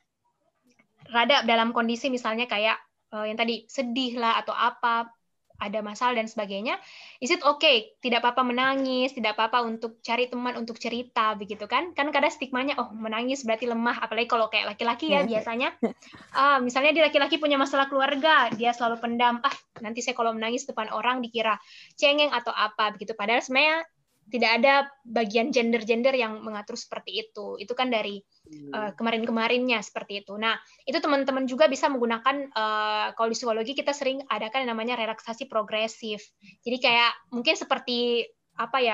rada dalam kondisi misalnya kayak uh, yang tadi sedih lah atau apa, ada masalah dan sebagainya, is it okay? Tidak apa-apa menangis, tidak apa-apa untuk cari teman untuk cerita, begitu kan? Kan kadang stigmanya, oh menangis berarti lemah, apalagi kalau kayak laki-laki ya biasanya. Ah, misalnya dia laki-laki punya masalah keluarga, dia selalu pendam, ah nanti saya kalau menangis depan orang dikira cengeng atau apa, begitu. Padahal sebenarnya tidak ada bagian gender-gender yang mengatur seperti itu. Itu kan dari uh, kemarin-kemarinnya seperti itu. Nah, itu teman-teman juga bisa menggunakan, uh, kalau di psikologi kita sering adakan yang namanya relaksasi progresif. Jadi kayak mungkin seperti apa ya,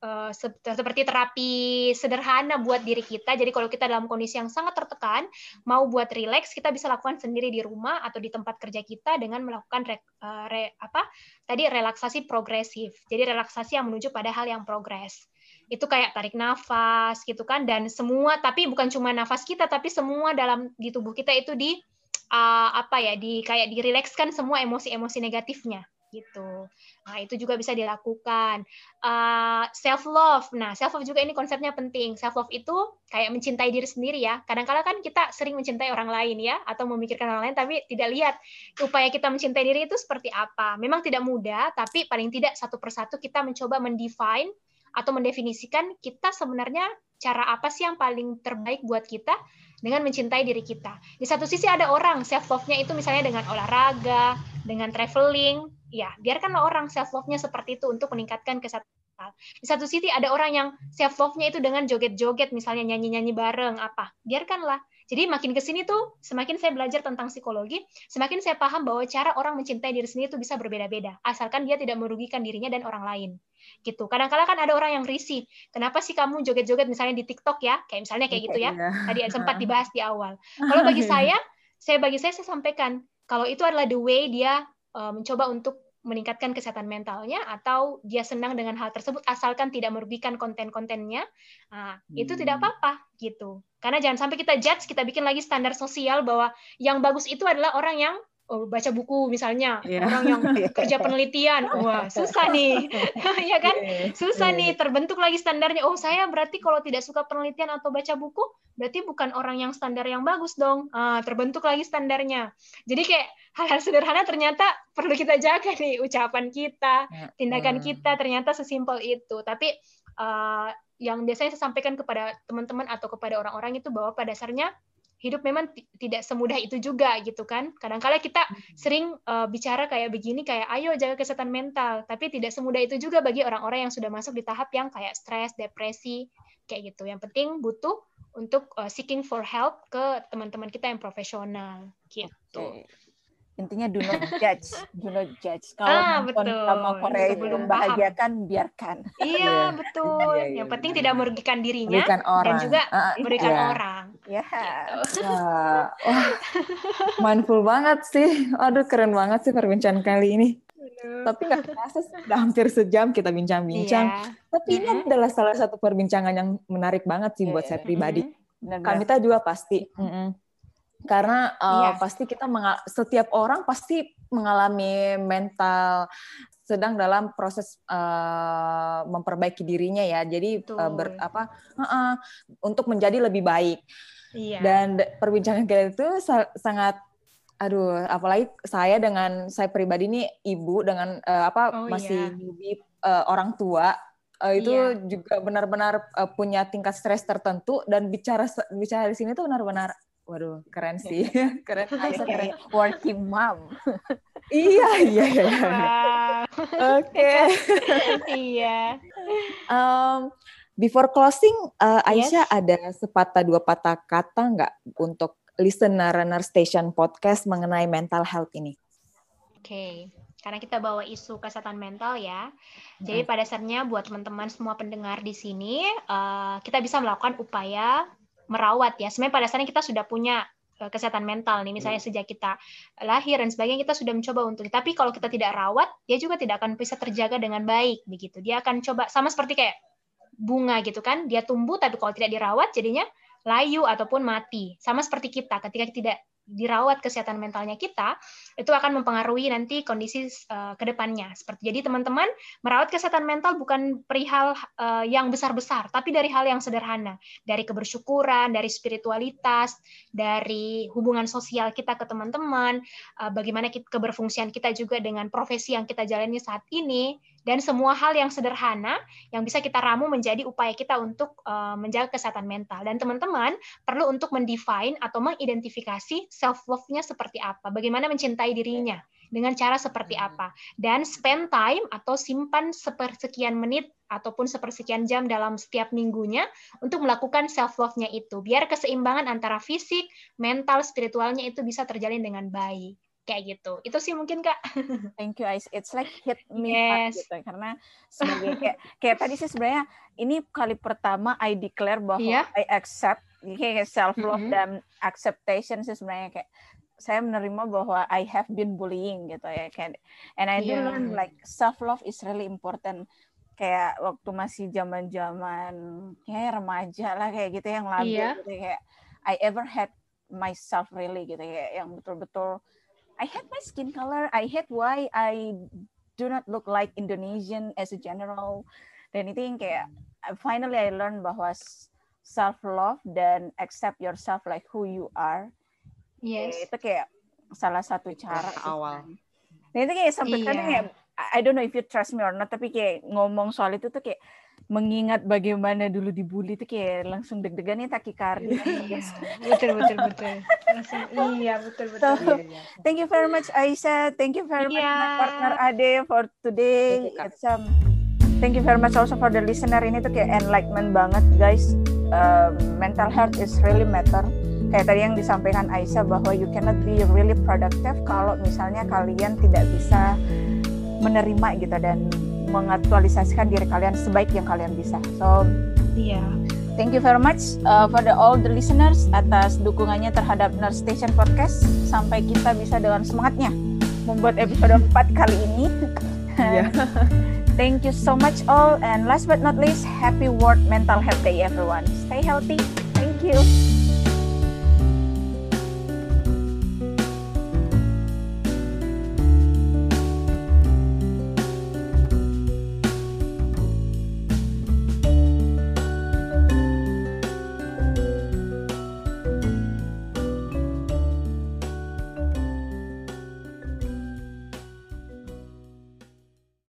uh, seperti terapi sederhana buat diri kita. Jadi kalau kita dalam kondisi yang sangat tertekan, mau buat rileks, kita bisa lakukan sendiri di rumah atau di tempat kerja kita dengan melakukan re, uh, re, apa tadi relaksasi progresif. Jadi relaksasi yang menuju pada hal yang progres. Itu kayak tarik nafas gitu kan, dan semua, tapi bukan cuma nafas kita, tapi semua dalam di tubuh kita itu di uh, apa ya, di kayak dirilekskan semua emosi-emosi negatifnya gitu. Nah, itu juga bisa dilakukan. Uh, self love. Nah, self love juga ini konsepnya penting. Self love itu kayak mencintai diri sendiri ya. Kadang-kadang kan kita sering mencintai orang lain ya, atau memikirkan orang lain tapi tidak lihat upaya kita mencintai diri itu seperti apa. Memang tidak mudah, tapi paling tidak satu persatu kita mencoba mendefine atau mendefinisikan kita sebenarnya cara apa sih yang paling terbaik buat kita dengan mencintai diri kita. Di satu sisi ada orang self love-nya itu misalnya dengan olahraga, dengan traveling, ya biarkanlah orang self love-nya seperti itu untuk meningkatkan kesehatan. Di satu sisi ada orang yang self love-nya itu dengan joget-joget, misalnya nyanyi-nyanyi bareng, apa, biarkanlah. Jadi makin kesini tuh, semakin saya belajar tentang psikologi, semakin saya paham bahwa cara orang mencintai diri sendiri itu bisa berbeda-beda, asalkan dia tidak merugikan dirinya dan orang lain. Gitu. Kadang-kadang kan ada orang yang risih. Kenapa sih kamu joget-joget misalnya di TikTok ya? Kayak misalnya kayak gitu ya. Tadi sempat dibahas di awal. Kalau bagi saya, saya bagi saya saya sampaikan kalau itu adalah the way dia uh, mencoba untuk meningkatkan kesehatan mentalnya, atau dia senang dengan hal tersebut asalkan tidak merugikan konten-kontennya, nah, hmm. itu tidak apa-apa gitu. Karena jangan sampai kita judge, kita bikin lagi standar sosial bahwa yang bagus itu adalah orang yang oh, baca buku misalnya, yeah. orang yang kerja penelitian, wah susah nih, ya kan, susah nih, terbentuk lagi standarnya. Oh saya berarti kalau tidak suka penelitian atau baca buku, berarti bukan orang yang standar yang bagus dong. Ah, terbentuk lagi standarnya. Jadi kayak hal-hal sederhana ternyata perlu kita jaga nih, ucapan kita, tindakan kita ternyata sesimpel itu. Tapi uh, yang biasanya saya sampaikan kepada teman-teman atau kepada orang-orang itu bahwa pada dasarnya hidup memang t- tidak semudah itu juga gitu kan. Kadang-kala kita sering uh, bicara kayak begini, kayak ayo jaga kesehatan mental, tapi tidak semudah itu juga bagi orang-orang yang sudah masuk di tahap yang kayak stres, depresi, kayak gitu. Yang penting butuh untuk uh, seeking for help ke teman-teman kita yang profesional gitu. Okay. Intinya do not judge, do not judge. Kalau ah, nonton betul. drama Korea itu membahagiakan, biarkan. Iya, betul. Iya, iya, yang penting iya. tidak merugikan dirinya merugikan orang. Dan juga uh, merugikan iya. orang. Ya. Gitu. Wah, wah, mindful banget sih. Aduh, keren banget sih perbincangan kali ini. Aduh. Tapi nggak terasa sudah hampir sejam kita bincang-bincang. Iya. Tapi ini uh-huh. adalah salah satu perbincangan yang menarik banget sih yeah. buat saya pribadi. Uh-huh. Kamita juga pasti. Uh-uh. Karena uh, yeah. pasti kita mengal- setiap orang pasti mengalami mental sedang dalam proses uh, memperbaiki dirinya ya. Jadi uh, ber, apa uh-uh, untuk menjadi lebih baik. Yeah. Dan perbincangan kita itu sa- sangat aduh, apalagi saya dengan saya pribadi ini ibu dengan uh, apa oh, masih yeah. uh, orang tua uh, itu yeah. juga benar-benar uh, punya tingkat stres tertentu, dan bicara bicara di sini tuh benar-benar waduh, keren sih. Keren, Aisyah keren. Working mom. iya, iya, iya. Oke. Iya. Um, before closing, uh, Aisyah yes. ada sepatah dua patah kata nggak untuk listener Runner Station Podcast mengenai mental health ini? Oke. Okay. Karena kita bawa isu kesehatan mental ya. Jadi pada dasarnya buat teman-teman semua pendengar di sini, uh, kita bisa melakukan upaya merawat ya. Sebenarnya pada dasarnya kita sudah punya uh, kesehatan mental nih, misalnya sejak kita lahir dan sebagainya kita sudah mencoba untuk. Tapi kalau kita tidak rawat, dia juga tidak akan bisa terjaga dengan baik begitu. Dia akan coba sama seperti kayak bunga gitu kan, dia tumbuh tapi kalau tidak dirawat jadinya layu ataupun mati. Sama seperti kita, ketika tidak dirawat kesehatan mentalnya kita, itu akan mempengaruhi nanti kondisi uh, ke depannya. Seperti jadi teman-teman, merawat kesehatan mental bukan perihal uh, yang besar-besar, tapi dari hal yang sederhana, dari kebersyukuran, dari spiritualitas, dari hubungan sosial kita ke teman-teman, uh, bagaimana kita, keberfungsian kita juga dengan profesi yang kita jalani saat ini, dan semua hal yang sederhana yang bisa kita ramu menjadi upaya kita untuk uh, menjaga kesehatan mental. Dan teman-teman perlu untuk mendefine atau mengidentifikasi self-love-nya seperti apa, bagaimana mencintai dirinya, dengan cara seperti apa. Dan spend time atau simpan sepersekian menit ataupun sepersekian jam dalam setiap minggunya untuk melakukan self-love-nya itu. Biar keseimbangan antara fisik, mental, spiritualnya itu bisa terjalin dengan baik. kayak gitu. Itu sih mungkin Kak. Thank you Ais. It's like hit me Yes. hard gitu karena sebagai kayak, kayak tadi sih sebenarnya ini kali pertama I declare bahwa Iya. I accept kayak self love Mm-mm. dan acceptation sih sebenarnya kayak saya menerima bahwa I have been bullying gitu ya kayak, and I do Iya. learn like self love is really important. Kayak waktu masih zaman-zaman kayak remaja lah kayak gitu yang labil Iya. gitu kayak I ever had myself really gitu kayak yang betul-betul I hate my skin color, I hate why I do not look like Indonesian as a general. Dan itu yang kayak finally I learned bahwa self love dan accept yourself like who you are. Yes. Itu kayak salah satu cara awal. Nah itu kayak sampai Iya. kadang kayak I don't know if you trust me or not, tapi kayak ngomong soal itu tuh kayak mengingat bagaimana dulu dibully tuh kayak langsung deg-degannya takikardia. Iya, betul betul betul. Langsung, iya betul betul. So, Iya, iya. thank you very much Aisyah, thank you very much Iya. my partner Ade for today. Thank you, Kak. It's um, thank you very much also for the listener. Ini tuh kayak enlightenment banget guys. Um, mental health is really matter. Kayak tadi yang disampaikan Aisyah bahwa you cannot be really productive kalau misalnya kalian tidak bisa menerima gitu dan mengaktualisasikan diri kalian sebaik yang kalian bisa. So, Iya. thank you very much uh, for the all the listeners atas dukungannya terhadap Nurse Station Podcast. Sampai kita bisa dengan semangatnya membuat episode empat kali ini. Iya. Thank you so much all, and last but not least, happy World Mental Health Day everyone. Stay healthy. Thank you.